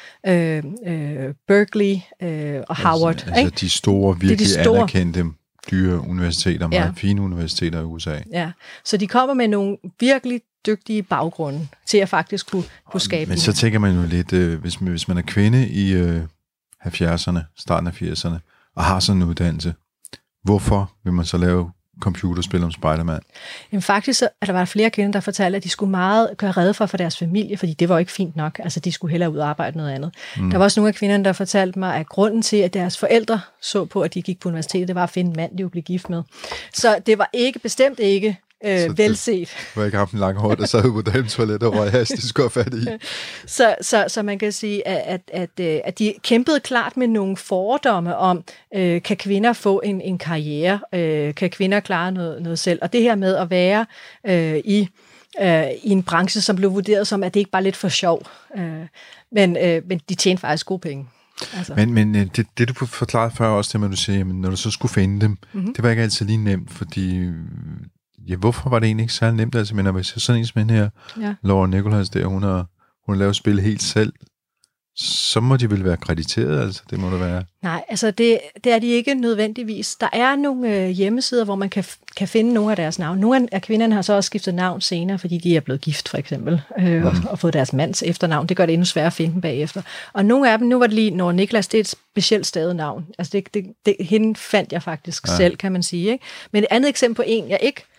Berkeley og Harvard. Altså de store, virkelig anerkendte dyre universiteter, meget fine universiteter i USA. Ja, så de kommer med nogle virkelig dygtige baggrunde til at faktisk kunne skabe. Men så tænker man jo lidt, hvis man er kvinde i 70'erne, starten af 80'erne, og har sådan en uddannelse, hvorfor vil man så lave computerspil om Spider-Man? Jamen faktisk så, der var flere kvinder, der fortalte, at de skulle meget gøre rede for deres familie, fordi det var ikke fint nok. Altså, de skulle hellere ud og arbejde noget andet. Der var også nogle af kvinderne, der fortalte mig, at grunden til, at deres forældre så på, at de gik på universitetet, det var at finde en mand, de ville blive gift med. Så det var bestemt ikke velset. Det var ikke ham en lang hår, der sad på dametoilet og røg hastigt, skulle have fat i. Så man kan sige, at de kæmpede klart med nogle fordomme om, kan kvinder få en karriere? Kan kvinder klare noget selv? Og det her med at være i en branche, som blev vurderet som, at det ikke bare er lidt for sjov. Men de tjente faktisk gode penge. Altså. Men det du forklarede før også, det med, at du siger, jamen, når du så skulle finde dem, det var ikke altid lige nemt, fordi... Ja, hvorfor var det egentlig ikke særlig nemt? Altså, men hvis jeg sådan en som her, Laura Nicholas der, hun har lavet spil helt selv, så må de vel være krediteret, altså det må det være. Nej, altså det er de ikke nødvendigvis. Der er nogle hjemmesider, hvor man kan finde nogle af deres navne. Nogle af kvinderne har så også skiftet navn senere, fordi de er blevet gift, for eksempel, og fået deres mands efternavn. Det gør det endnu sværere at finde dem bagefter. Og nogle af dem, nu var det lige, når Niklas, det er et specielt stadig navn. Altså hende fandt jeg faktisk selv, kan man sige. Ikke? Men et andet eksempel på en, jeg ikke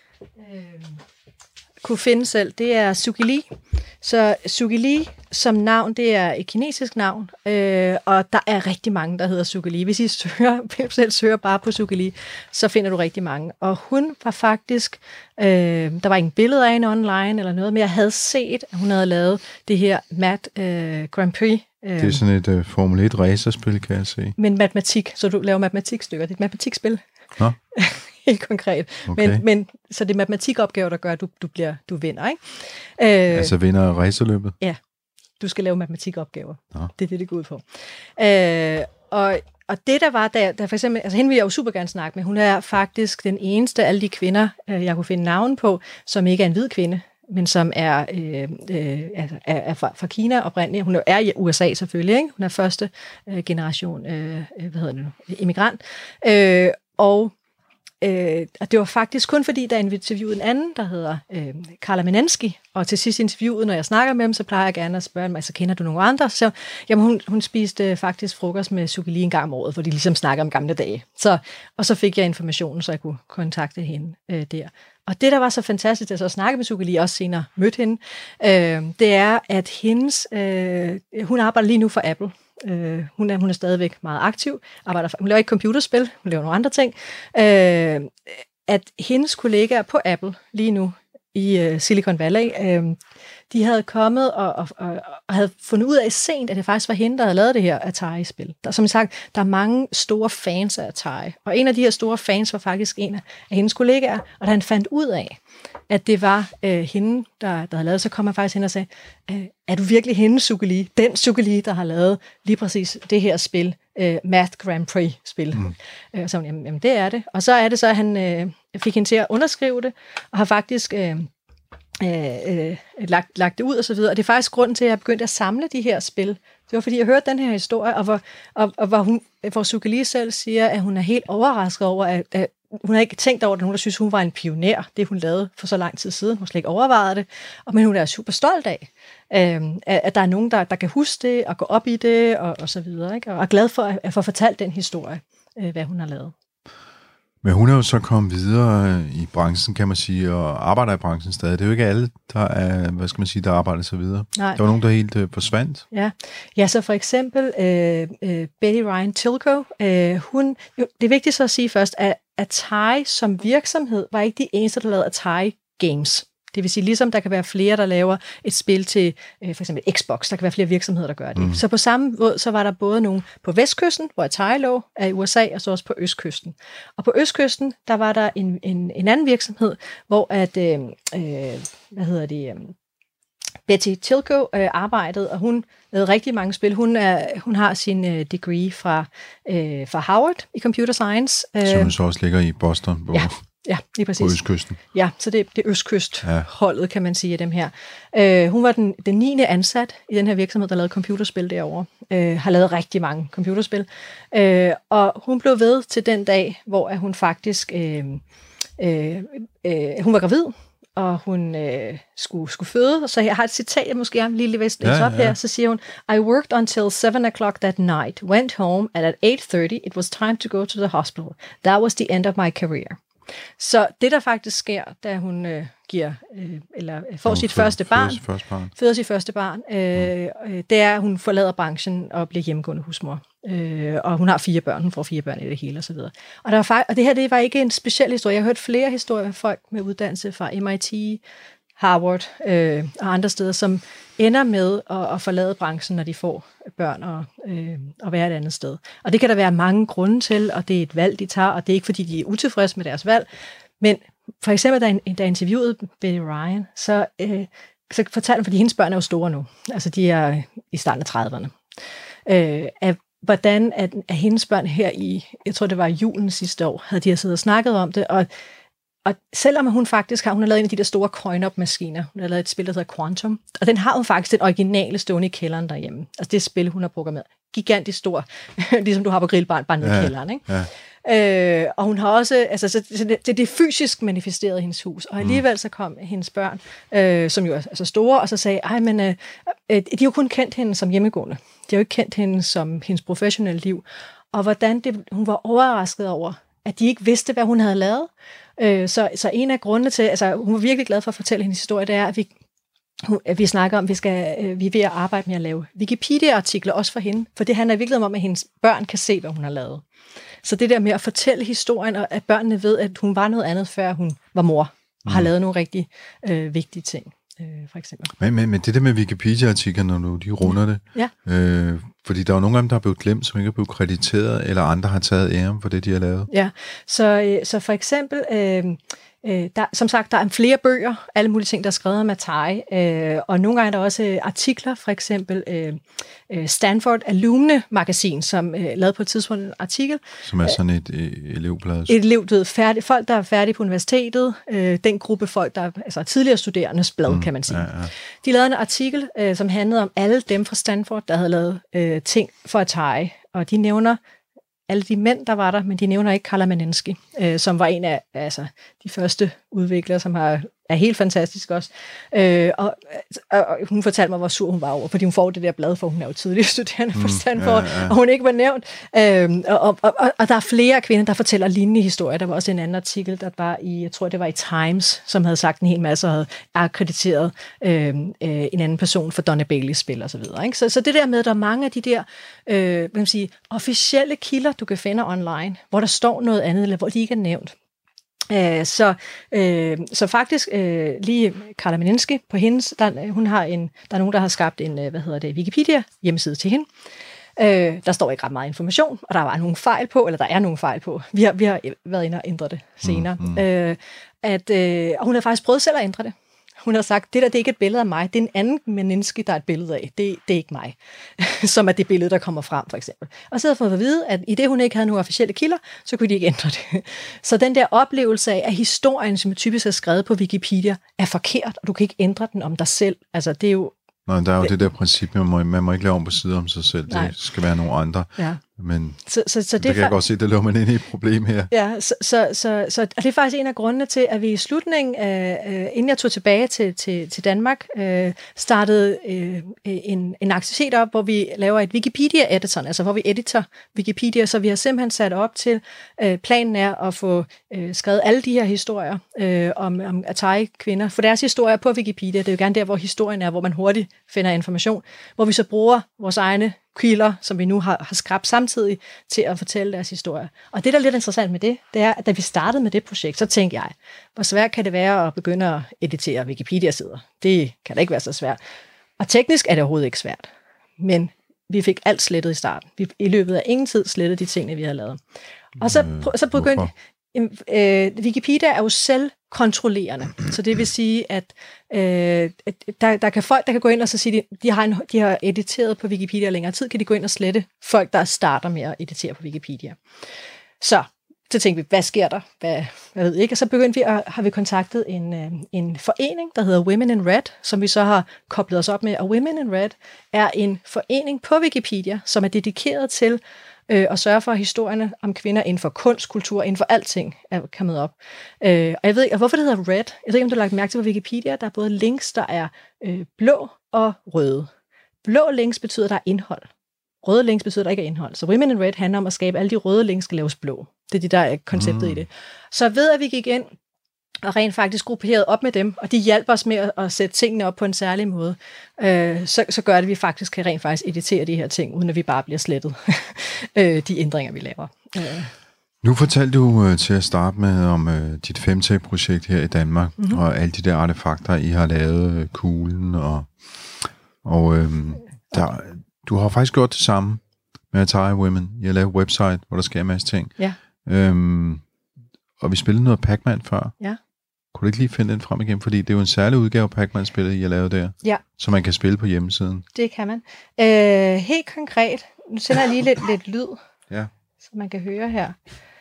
kunne finde selv, det er Suki Lee. Så Suki Lee som navn, det er et kinesisk navn, og der er rigtig mange, der hedder Suki Lee. Hvis I søger bare på Suki Lee, så finder du rigtig mange. Og hun var faktisk, der var ingen billede af hende online eller noget, men jeg havde set, at hun havde lavet det her Grand Prix. Det er sådan et Formel 1 racerspil, kan jeg se. Men matematik, så du laver matematikstykker. Det er et matematikspil. Nå. Helt konkret. Okay. Men så det er matematikopgaver, der gør, at du vinder, ikke? Altså vinder racerløbet? Ja, du skal lave matematikopgaver. Nå. Det er det går ud på. Og det der var, der for eksempel, altså hende vil jeg jo super gerne snakke med, hun er faktisk den eneste af alle de kvinder, jeg kunne finde navn på, som ikke er en hvid kvinde. men som er fra Kina oprindeligt. Hun er i USA selvfølgelig, ikke? Hun er første generation immigrant. Og det var faktisk kun fordi, der interviewede en anden, der hedder Carla Menensky, og til sidst interviewet, når jeg snakker med dem, så plejer jeg gerne at spørge mig, så kender du nogle andre? Så jamen, hun spiste faktisk frokost med Sukhi Lee en gang om året, hvor de ligesom snakker om gamle dage. Og så fik jeg informationen, så jeg kunne kontakte hende der. Og det, der var så fantastisk, da jeg så snakkede med Sukhi Lee, også senere mødte hende, det er, at hendes, hun arbejder lige nu for Apple. Hun er stadigvæk meget aktiv, hun laver ikke computerspil, hun laver nogle andre ting. At hendes kollegaer på Apple lige nu i Silicon Valley, de havde kommet og havde fundet ud af sent, at det faktisk var hende, der havde lavet det her Atari-spil. Som sagt, der er mange store fans af Atari, og en af de her store fans var faktisk en af hendes kollegaer, og da han fandt ud af, at det var hende, der havde lavet, så kom han faktisk hen og sagde, er du virkelig hende, Sukhi Lee? Den Sukhi Lee, der har lavet lige præcis det her spil, Math Grand Prix-spil. Så jamen, det er det. Og så er det så, at han fik hende til at underskrive det, og har faktisk lagt det ud og så videre. Og det er faktisk grunden til, at jeg begyndte at samle de her spil. Det var, fordi jeg hørte den her historie, og hvor Sukhi Lee selv siger, at hun er helt overrasket over, at hun har ikke tænkt over det. Nogen, der synes, hun var en pioner, det hun lavede for så lang tid siden. Hun slet ikke overvejet det. Men hun er super stolt af, at der er nogen, der kan huske det, og gå op i det, og så videre. Ikke? Og er glad for at få fortalt den historie, hvad hun har lavet. Men hun er jo så kommet videre i branchen, kan man sige, og arbejder i branchen stadig. Det er jo ikke alle, der er, der arbejder så videre. Nej. Der var nogen, der helt forsvandt. Ja, så for eksempel Betty Ryan Tilko, det er vigtigt så at sige først, at Atari som virksomhed var ikke de eneste, der lavede Atari Games. Det vil sige, ligesom der kan være flere, der laver et spil til for eksempel Xbox, der kan være flere virksomheder, der gør det. Så på samme måde, så var der både nogle på vestkysten, hvor Atari lå af i USA, og så også på østkysten. Og på østkysten, der var der en anden virksomhed, hvor at, Betty Tilko arbejdede, og hun lavede rigtig mange spil. Hun har sin degree fra Howard i Computer Science. Som så også ligger i Boston. Ja, lige præcis. På østkysten. Ja, så det er østkystholdet, kan man sige, af dem her. Hun var den 9. ansat i den her virksomhed, der lavede computerspil derovre. Har lavet rigtig mange computerspil. Og hun blev ved til den dag, hvor hun faktisk hun var gravid, og hun skulle føde. Så jeg har et citat, jeg måske lige læse op her. Så siger hun, I worked until 7 o'clock that night, went home, and at 8:30 it was time to go to the hospital. That was the end of my career. Så det, der faktisk sker, da hun får sit første barn, føder sit første barn, det er, at hun forlader branchen og bliver hjemmegående husmor. Og hun har 4 børn, hun får 4 børn i det hele og så videre. Og det her, det var ikke en speciel historie. Jeg har hørt flere historier af folk med uddannelse fra MIT, Harvard og andre steder, som ender med at forlade branchen, når de får børn og være et andet sted. Og det kan der være mange grunde til, og det er et valg, de tager, og det er ikke, fordi de er utilfredse med deres valg. Men for eksempel, da interviewede Betty Ryan, så fortalte hun, fordi hendes børn er jo store nu, altså de er i starten af 30'erne, hvordan at hendes børn her jeg tror det var julen sidste år, havde de siddet og snakket om det, og selvom hun faktisk hun har lavet en af de der store coin-op-maskiner, hun har lavet et spil, der hedder Quantum, og den har hun faktisk den originale stående i kælderen derhjemme. Altså det spil, hun har programmeret. Gigantisk stor, ligesom du har på grillbarn, bare nede i kælderen, ikke? Ja. Og hun har også, altså det er fysisk manifesteret i hendes hus, og alligevel så kom hendes børn, som jo er så store, og så sagde, de har jo kun kendt hende som hjemmegående. De har jo ikke kendt hende som hendes professionelle liv. Og hvordan hun var overrasket over, at de ikke vidste, hvad hun havde lavet. Så en af grundene til, altså hun var virkelig glad for at fortælle hendes historie, det er, at vi snakker om, vi er ved at arbejde med at lave Wikipedia-artikler også for hende, for det handler i virkeligheden om, at hendes børn kan se, hvad hun har lavet. Så det der med at fortælle historien, og at børnene ved, at hun var noget andet, før hun var mor, og har lavet nogle rigtig vigtige ting, for eksempel. Men det der med Wikipedia-artikler, når de runder det, Fordi der er jo nogle af dem, der er blevet glemt, som ikke er blevet krediteret, eller andre har taget æren for det, de har lavet. Ja, så for eksempel, som sagt, der er flere bøger, alle mulige ting, der er skrevet om Atari, og nogle gange er der også artikler, for eksempel Stanford Alumne-magasin, som lavede på et tidspunkt en artikel. Som er sådan et elevblad. Et elevblad, folk, der er færdige på universitetet, den gruppe folk, der er altså tidligere studerendes blad, kan man sige. Ja. De lavede en artikel, som handlede om alle dem fra Stanford, der havde lavet ting for Atari, og de nævner alle de mænd, der var der, men de nævner ikke Carla Manensky, som var en af de første udviklere, som er helt fantastisk også. Og hun fortalte mig, hvor sur hun var over, fordi hun får det der blad, for hun er jo tidligere studerende på Stanford, og hun ikke var nævnt. Og der er flere kvinder, der fortæller lignende historier. Der var også en anden artikel, der var i, jeg tror det var i Times, som havde sagt en hel masse og havde akkrediteret en anden person for Donna Baileys spil og så videre. Ikke? Så det der med, at der er mange af de der hvad kan man sige, officielle kilder, du kan finde online, hvor der står noget andet, eller hvor de ikke er nævnt. Så faktisk lige Carla Manensky på hendes, der er nogen, der har skabt en Wikipedia hjemmeside til hende. Der står ikke ret meget information, og der er nogle fejl på. Vi har været inde og ændre det senere. Og hun har faktisk prøvet selv at ændre det. Hun har sagt, det er ikke et billede af mig, det er en anden menneske, der er et billede af. Det er ikke mig, som er det billede, der kommer frem, for eksempel. Og så har jeg fået at vide, at i det, hun ikke havde nogle officielle kilder, så kunne de ikke ændre det. Så den der oplevelse af, at historien, som typisk er skrevet på Wikipedia, er forkert, og du kan ikke ændre den om dig selv. Altså, det er jo... Nej, der er jo det der princip, man må ikke lave om på side om sig selv. Nej. Det skal være nogle andre. Ja. Men så det kan jeg godt se, der løber man ind i et problem her. Ja, så det er faktisk en af grundene til, at vi i slutningen, inden jeg tog tilbage til Danmark, startede en aktivitet op, hvor vi laver et Wikipedia-editor, altså hvor vi editer Wikipedia, så vi har simpelthen sat op til, planen er at få skrevet alle de her historier om Atari-kvinder, for deres historier på Wikipedia, det er jo gerne der, hvor historien er, hvor man hurtigt finder information, hvor vi så bruger vores egne kilder, som vi nu har skrabt samtidig, til at fortælle deres historie. Og det, der er lidt interessant med det, det er, at da vi startede med det projekt, så tænkte jeg, hvor svært kan det være at begynde at editere Wikipedia-sider? Det kan da ikke være så svært. Og teknisk er det overhovedet ikke svært. Men vi fik alt slettet i starten. Vi i løbet af ingen tid slettede de ting, vi havde lavet. Og så begyndte... Wikipedia er jo selvkontrollerende, så det vil sige, at der kan folk, der kan gå ind og så sige, de har editeret på Wikipedia længere tid, kan de gå ind og slette folk, der starter med at editere på Wikipedia. Så tænkte vi, hvad sker der? Jeg ved ikke. Og så har vi kontaktet en forening, der hedder Women in Red, som vi så har koblet os op med. Og Women in Red er en forening på Wikipedia, som er dedikeret til og sørge for, at historierne om kvinder inden for kunst, kultur, inden for alting er kommet op. Og jeg ved ikke, hvorfor det hedder Red. Jeg ved ikke, om du har lagt mærke til på Wikipedia, der er både links, der er blå og røde. Blå links betyder, der er indhold. Røde links betyder, der ikke er indhold. Så Women in Red handler om at skabe, alle de røde links skal laves blå. Det er det, der er konceptet i det. Så ved at vi gik ind og rent faktisk grupperet op med dem, og de hjælper os med at sætte tingene op på en særlig måde, så gør det, at vi faktisk kan rent faktisk editere de her ting, uden at vi bare bliver slettet de ændringer, vi laver. Nu fortalte du til at starte med om dit femtag-projekt her i Danmark, og alle de der artefakter, I har lavet, kuglen, og du har faktisk gjort det samme med Atari Women. I har lavet website, hvor der sker en masse ting. Ja. Og vi spillede noget Pac-Man før. Ja. Kunne du ikke lige finde den frem igen? Fordi det er jo en særlig udgave af Pac-Man-spillet, I har lavet der. Ja. Som man kan spille på hjemmesiden. Det kan man. Helt konkret. Nu sender jeg lige lidt lyd. Ja. Så man kan høre her.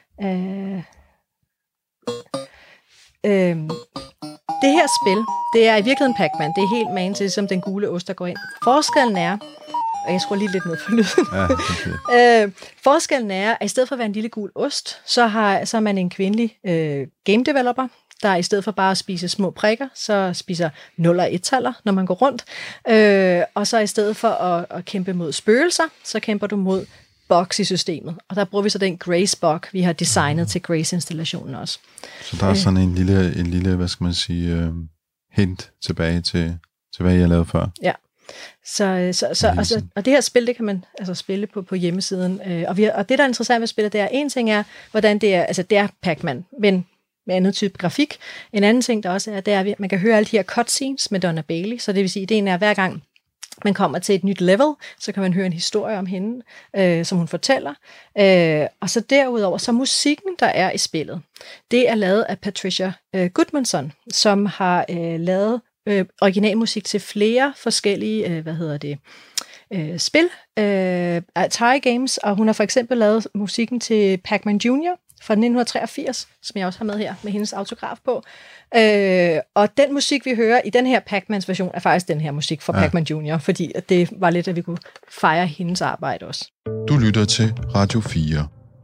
Det her spil, det er i virkeligheden Pac-Man. Det er helt man til, som den gule ost, der går ind. Forskellen er, og jeg skruer lige lidt ned på lyden. Ja, okay. Forskellen er, at i stedet for at være en lille gul ost, så er man en kvindelig game developer, der i stedet for bare at spise små prikker, så spiser 0 og 1-taller, når man går rundt. Og så i stedet for at kæmpe mod spøgelser, så kæmper du mod bugs i systemet. Og der bruger vi så den Grace-bug, vi har designet til Grace-installationen også. Så der er sådan en lille, hvad skal man sige, hint tilbage til hvad jeg har lavet før. Ja. Og det her spil, det kan man altså spille på hjemmesiden. Og det, der er interessant ved spillet, det er, en ting er, hvordan det er, altså det er Pac-Man, men med andet type grafik. En anden ting, der også er, det er, at man kan høre alle de her cutscenes med Donna Bailey, så det vil sige, ideen er, hver gang man kommer til et nyt level, så kan man høre en historie om hende, som hun fortæller. Og så derudover, så musikken, der er i spillet, det er lavet af Patricia Goodmanson, som har lavet originalmusik til flere forskellige, spil, Atari Games, og hun har for eksempel lavet musikken til Pac-Man Jr. fra 1983, som jeg også har med her, med hendes autograf på. Og den musik, vi hører i den her Pac-Mans version, er faktisk den her musik fra Pac-Man Jr., fordi det var lidt, at vi kunne fejre hendes arbejde også. Du lytter til Radio 4.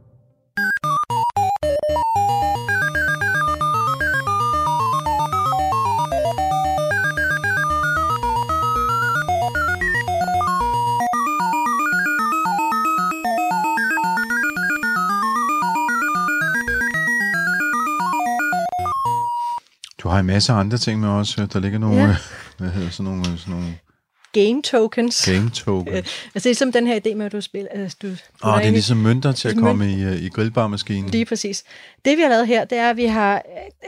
Du har en masse andre ting med os. Der ligger nogle, hvad hedder sådan nogle Game tokens. Game tokens. Altså det er som den her idé med, at du spiller... det er ligesom mønter til at komme i grillbarmaskinen. Lige præcis. Det vi har lavet her, det er, at vi har...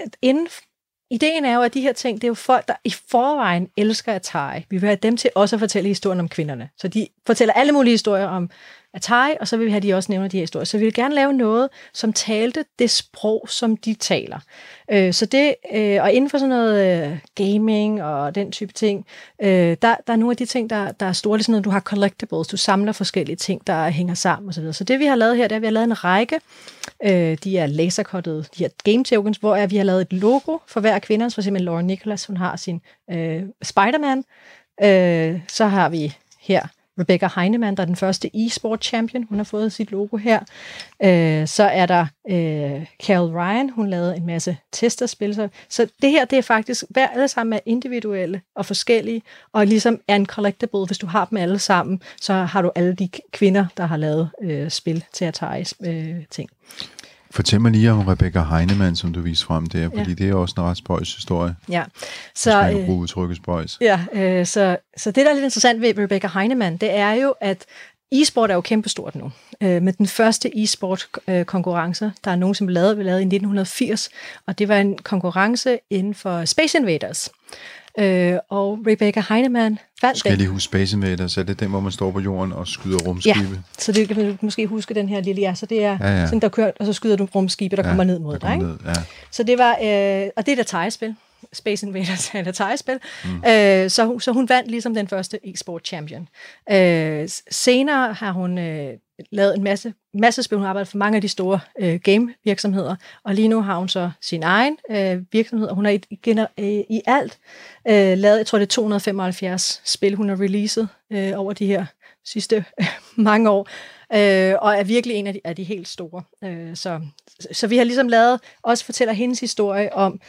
Ideen er jo, at de her ting, det er jo folk, der i forvejen elsker Atari. Vi vil have dem til også at fortælle historien om kvinderne. Så de fortæller alle mulige historier om Atari, og så vil vi have de også nævne de her historier. Så vi vil gerne lave noget, som talte det sprog, som de taler. Så det, og inden for sådan noget gaming og den type ting, der er nogle af de ting, der er store. Det er sådan noget, du har collectibles, du samler forskellige ting, der hænger sammen osv. Så det vi har lavet her, det er, at vi har lavet en række, de er lasercuttede, de her game tokens, hvor vi har lavet et logo for hver kvinde. For eksempel Lauren Nicholas, hun har sin Spider-Man. Så har vi her Rebecca Heinemann, der er den første e-sport champion. Hun har fået sit logo her. Så er der Carol Ryan. Hun lavede en masse testerspil. Så det her, det er faktisk, alle sammen er individuelle og forskellige, og ligesom er en collectible. Hvis du har dem alle sammen, så har du alle de kvinder, der har lavet spil til Atari's ting. Fortæl mig lige om Rebecca Heinemann, som du viste frem der, fordi det er også en ret spøjs historie. Ja. Så man kan bruge udtrykket spøjs. Ja, så det, der er lidt interessant ved Rebecca Heinemann, det er jo, at e-sport er jo kæmpestort nu. Med den første e-sport-konkurrence, der er nogen, som blev lavet i 1980, og det var en konkurrence inden for Space Invaders. Og Rebecca Heinemann vandt. Skal jeg lige huske Space Invaders? Er det den, hvor man står på jorden og skyder rumskibe? Ja, så det kan du måske huske den her lille, så det er sådan, der kører, og så skyder du rumskibe, der kommer ned mod dig. Ikke? Ned, så det var, og det er et Atari-spil. Space Invaders er et Atari-spil. Så hun vandt ligesom den første e-sport champion. Senere har hun lavet en masse spil. Hun har arbejdet for mange af de store game-virksomheder, og lige nu har hun så sin egen virksomhed, og hun har i alt lavet, jeg tror det er 275 spil, hun har releaset over de her sidste mange år, og er virkelig en af de helt store. Så vi har ligesom lavet, også fortæller hendes historie om,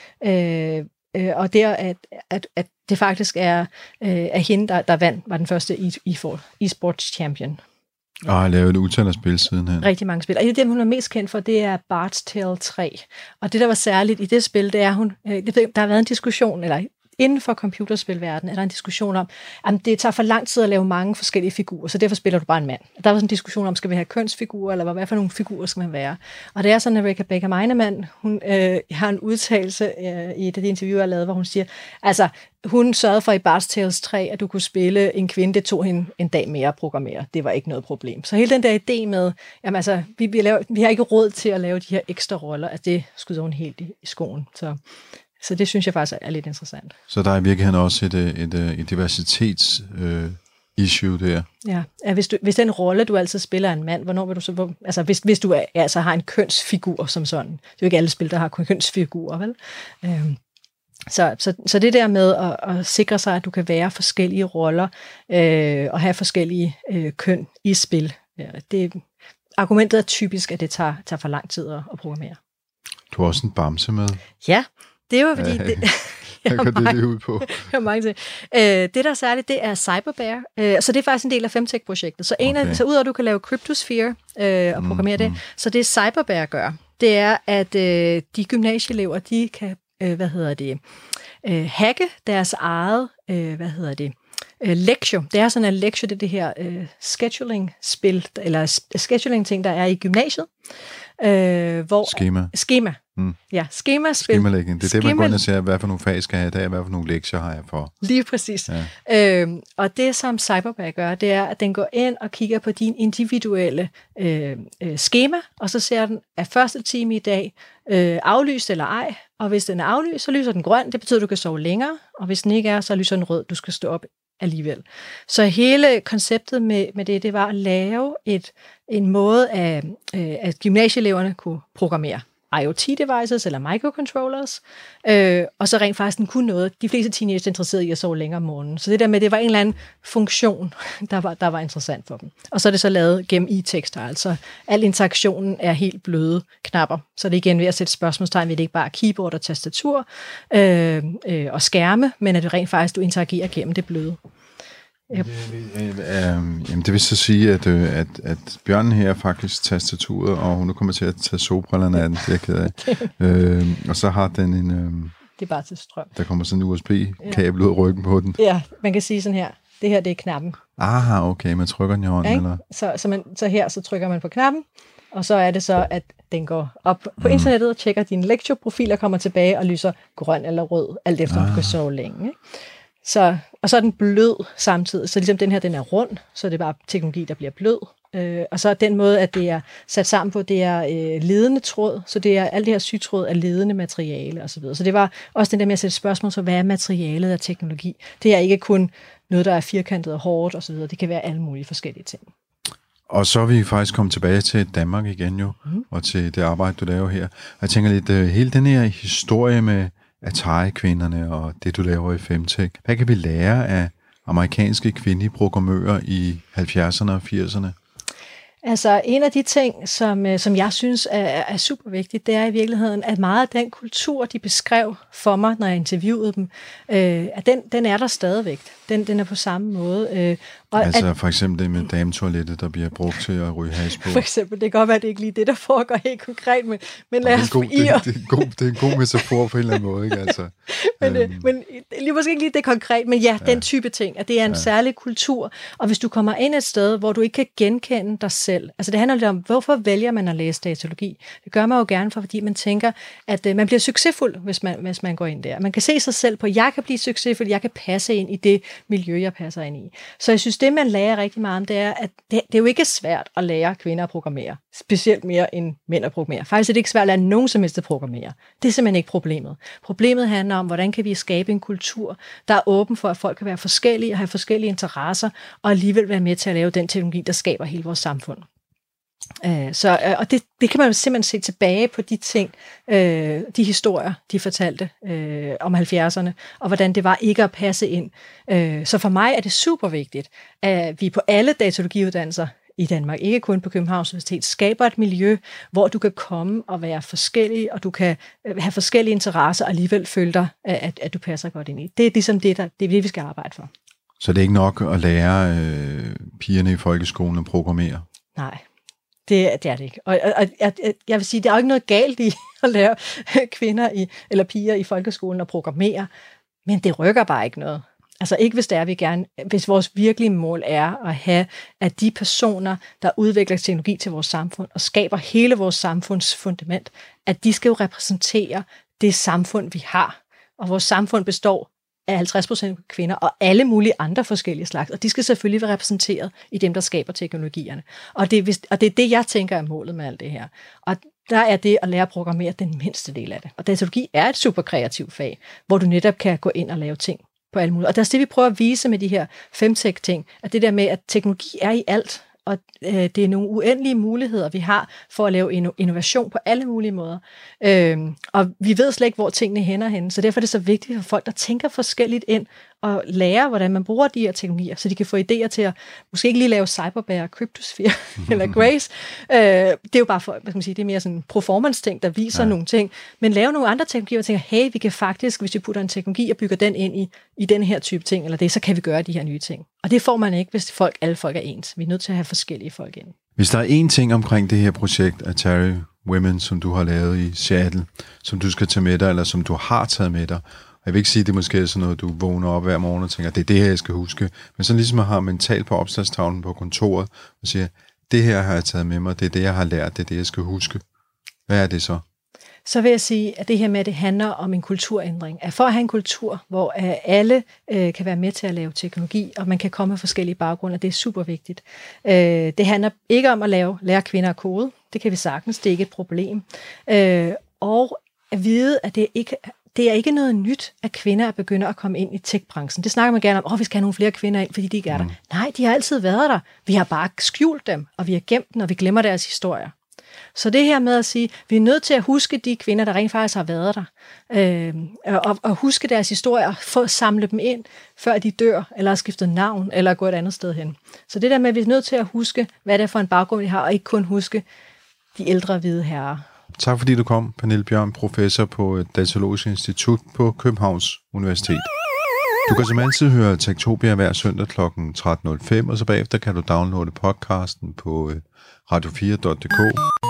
og det at det faktisk er hende, der vandt, var den første e-sports champion. Og har lavet et utal af spil sidenhen. Rigtig mange spil. Og det, hun er mest kendt for, det er Bard's Tale 3. Og det, der var særligt i det spil, det er, der har været en diskussion, eller inden for computerspilverdenen er der en diskussion om, at det tager for lang tid at lave mange forskellige figurer, så derfor spiller du bare en mand. Der var sådan en diskussion om, skal vi have kønsfigurer, eller hvad for nogle figurer skal man være. Og det er sådan, at Rebecca Heinemann, hun har en udtalelse i det interview, jeg har lavet, hvor hun siger, altså, hun sørgede for i Bard's Tales 3, at du kunne spille en kvinde, det tog hende en dag mere at programmere. Det var ikke noget problem. Så hele den der idé med, jamen altså, vi har ikke råd til at lave de her ekstra roller, at det skyder hun helt i skoen. Så det synes jeg faktisk er lidt interessant. Så der er i virkeligheden også et diversitets-issue der. Ja, hvis den rolle, du altid spiller en mand, hvornår vil du så... Altså, hvis du har en kønsfigur som sådan. Det er jo ikke alle spil, der har kønsfigurer, vel? Så det der med at sikre sig, at du kan være forskellige roller og have forskellige køn i spil. Argumentet er typisk, at det tager for lang tid at programmere. Du har også en bamse med. Ja, det er jo fordi... Hvad går det lige ud på? Mange ting. Det, der er særligt, det er Cyberbear. Så det er faktisk en del af Femtech-projektet. Så så udover at du kan lave Cryptosphere og programmere det, så det Cyberbear gør, det er, at de gymnasieelever, de kan, hacke deres eget, Lectio. Det er sådan, at Lectio, det er det her scheduling-spil, eller scheduling-ting, der er i gymnasiet. hvor skema. Ja, skemaspil. Skemalægning. Det er det, man går ind og siger, hvad for nogle fag skal jeg have, hvad for nogle lektier har jeg for. Lige præcis. Ja. Og det, som Cyberbag gør, det er, at den går ind og kigger på din individuelle skema, og så ser den, at første time i dag aflyst eller ej, og hvis den er aflyst, så lyser den grøn, det betyder, at du kan sove længere, og hvis den ikke er, så lyser den rød, du skal stå op alligevel. Så hele konceptet med det var at lave en måde, at gymnasieeleverne kunne programmere IoT-devices eller microcontrollers, og så rent faktisk den kunne noget. De fleste teenagers er interesserede i at sove længere om morgenen. Så det der med, det var en eller anden funktion, der var interessant for dem. Og så er det så lavet gennem i-tekster, altså al interaktionen er helt bløde knapper. Så det er igen ved at sætte spørgsmålstegn ved, det ikke bare er keyboard og tastatur og skærme, men at det rent faktisk, du interagerer gennem det bløde. Yep. Det vil så sige, at Bjørnen her er faktisk tastaturet, og hun er kommet til at tage solbrillerne af den, det er ked af. Og så har den en... det er bare til strøm. Der kommer sådan en USB-kabel ud af ryggen på den. Ja, man kan sige sådan her. Det her, det er knappen. Aha, okay, man trykker den i hånden, eller? Så her, så trykker man på knappen, og så er det så, at den går op på internettet og tjekker din lektorprofil og kommer tilbage og lyser grøn eller rød, alt efter du kan sove længe, ikke? Og så er den blød samtidig, så ligesom den her, den er rund, så det er bare teknologi, der bliver blød. Og så den måde, at det er sat sammen på, det er ledende tråd, så det er alt det her sygtråd af ledende materiale osv. Så det var også den der med at sætte spørgsmål, så hvad er materialet af teknologi? Det er ikke kun noget, der er firkantet og hårdt osv. Det kan være alle mulige forskellige ting. Og så er vi faktisk kommet tilbage til Danmark igen jo, og til det arbejde, du laver her. Og jeg tænker lidt, hele den her historie med Atari-kvinderne og det, du laver i Femtech. Hvad kan vi lære af amerikanske kvindelige programmører i 70'erne og 80'erne? Altså, en af de ting, som jeg synes er super vigtigt, det er i virkeligheden, at meget af den kultur, de beskrev for mig, når jeg interviewede dem, at den er der stadigvæk. Den er på samme måde. Og altså for eksempel det med dametoilettet, der bliver brugt til at ryge hash på. For eksempel, det kan godt være, at det ikke lige det, der foregår helt konkret, men lad os det er en god metafor på en eller anden måde, ikke? Altså, men lige måske ikke lige det konkret, men ja, den type ting, at det er en særlig kultur, og hvis du kommer ind et sted, hvor du ikke kan genkende dig selv, altså det handler lidt om, hvorfor vælger man at læse datalogi? Det gør man jo gerne, fordi man tænker, at man bliver succesfuld, hvis man går ind der. Man kan se sig selv på, jeg kan blive succesfuld, jeg kan passe ind i det miljø, jeg passer ind i. Så jeg synes, det man lærer rigtig meget om, det er, at det er jo ikke svært at lære kvinder at programmere. Specielt mere end mænd at programmere. Faktisk er det ikke svært at lære nogen som helst at programmere. Det er simpelthen ikke problemet. Problemet handler om, hvordan kan vi skabe en kultur, der er åben for, at folk kan være forskellige og have forskellige interesser, og alligevel være med til at lave den teknologi, der skaber hele vores samfund. Og det kan man simpelthen se tilbage på de ting, de historier, de fortalte om 70'erne, og hvordan det var ikke at passe ind. Så for mig er det super vigtigt, at vi på alle datalogiuddannelser i Danmark, ikke kun på Københavns Universitet, skaber et miljø, hvor du kan komme og være forskellig, og du kan have forskellige interesser, og alligevel føle dig, at du passer godt ind i. Det er ligesom det, vi skal arbejde for. Så det er ikke nok at lære pigerne i folkeskolen at programmere? Nej. Det er det ikke. Og jeg vil sige, der er jo ikke noget galt i at lære kvinder eller piger i folkeskolen at programmere, men det rykker bare ikke noget. Altså ikke hvis vores virkelige mål er at have, at de personer, der udvikler teknologi til vores samfund og skaber hele vores samfunds fundament, at de skal jo repræsentere det samfund, vi har. Og vores samfund består af 50% kvinder og alle mulige andre forskellige slags, og de skal selvfølgelig være repræsenteret i dem, der skaber teknologierne. Og det er det, jeg tænker er målet med alt det her. Og der er det at lære at programmere den mindste del af det. Og datalogi er et super kreativt fag, hvor du netop kan gå ind og lave ting på alle mulige. Og det er det, vi prøver at vise med de her femtech-ting, at det der med, at teknologi er i alt, og det er nogle uendelige muligheder, vi har for at lave innovation på alle mulige måder. Og vi ved slet ikke, hvor tingene hænder hen, så derfor er det så vigtigt for folk, der tænker forskelligt ind og lære, hvordan man bruger de her teknologier, så de kan få idéer til at måske ikke lige lave Cyberbag og Cryptosphere eller Grace. Det er jo bare for, hvad skal man sige, det er mere sådan en performance-ting, der viser nogle ting, men lave nogle andre teknologier og tænker, hey, vi kan faktisk, hvis vi putter en teknologi og bygger den ind i den her type ting, eller det, så kan vi gøre de her nye ting. Og det får man ikke, hvis alle folk er ens. Vi er nødt til at have forskellige folk ind. Hvis der er én ting omkring det her projekt, Atari Women, som du har lavet i Seattle, som du skal tage med dig, eller som du har taget med dig, og jeg vil ikke sige, at det måske er sådan noget, du vågner op hver morgen og tænker, det er det her, jeg skal huske, men så ligesom at have mentalt på opslagstavlen på kontoret, og siger, det her har jeg taget med mig, det er det, jeg har lært, det er det, jeg skal huske. Hvad er det så? Så vil jeg sige, at det her med, at det handler om en kulturændring. At for at have en kultur, hvor alle kan være med til at lave teknologi, og man kan komme med forskellige baggrunde, det er super vigtigt. Det handler ikke om at lære kvinder at kode. Det kan vi sagtens, det er ikke et problem. Og at vide, at det er ikke noget nyt, at kvinder begynder at komme ind i tech-branchen. Det snakker man gerne om, vi skal have nogle flere kvinder ind, fordi de ikke er der. Nej, de har altid været der. Vi har bare skjult dem, og vi har gemt dem, og vi glemmer deres historier. Så det her med at sige, vi er nødt til at huske de kvinder, der rent faktisk har været der, og huske deres historier, og samle dem ind, før de dør, eller har skiftet navn, eller går et andet sted hen. Så det der med, at vi er nødt til at huske, hvad det er for en baggrund, vi har, og ikke kun huske de ældre hvide herrer. Tak fordi du kom, Pernille Bjørn, professor på Datalogisk Institut på Københavns Universitet. Du kan som altid høre Techtopia hver søndag kl. 13.05, og så bagefter kan du downloade podcasten på radio4.dk.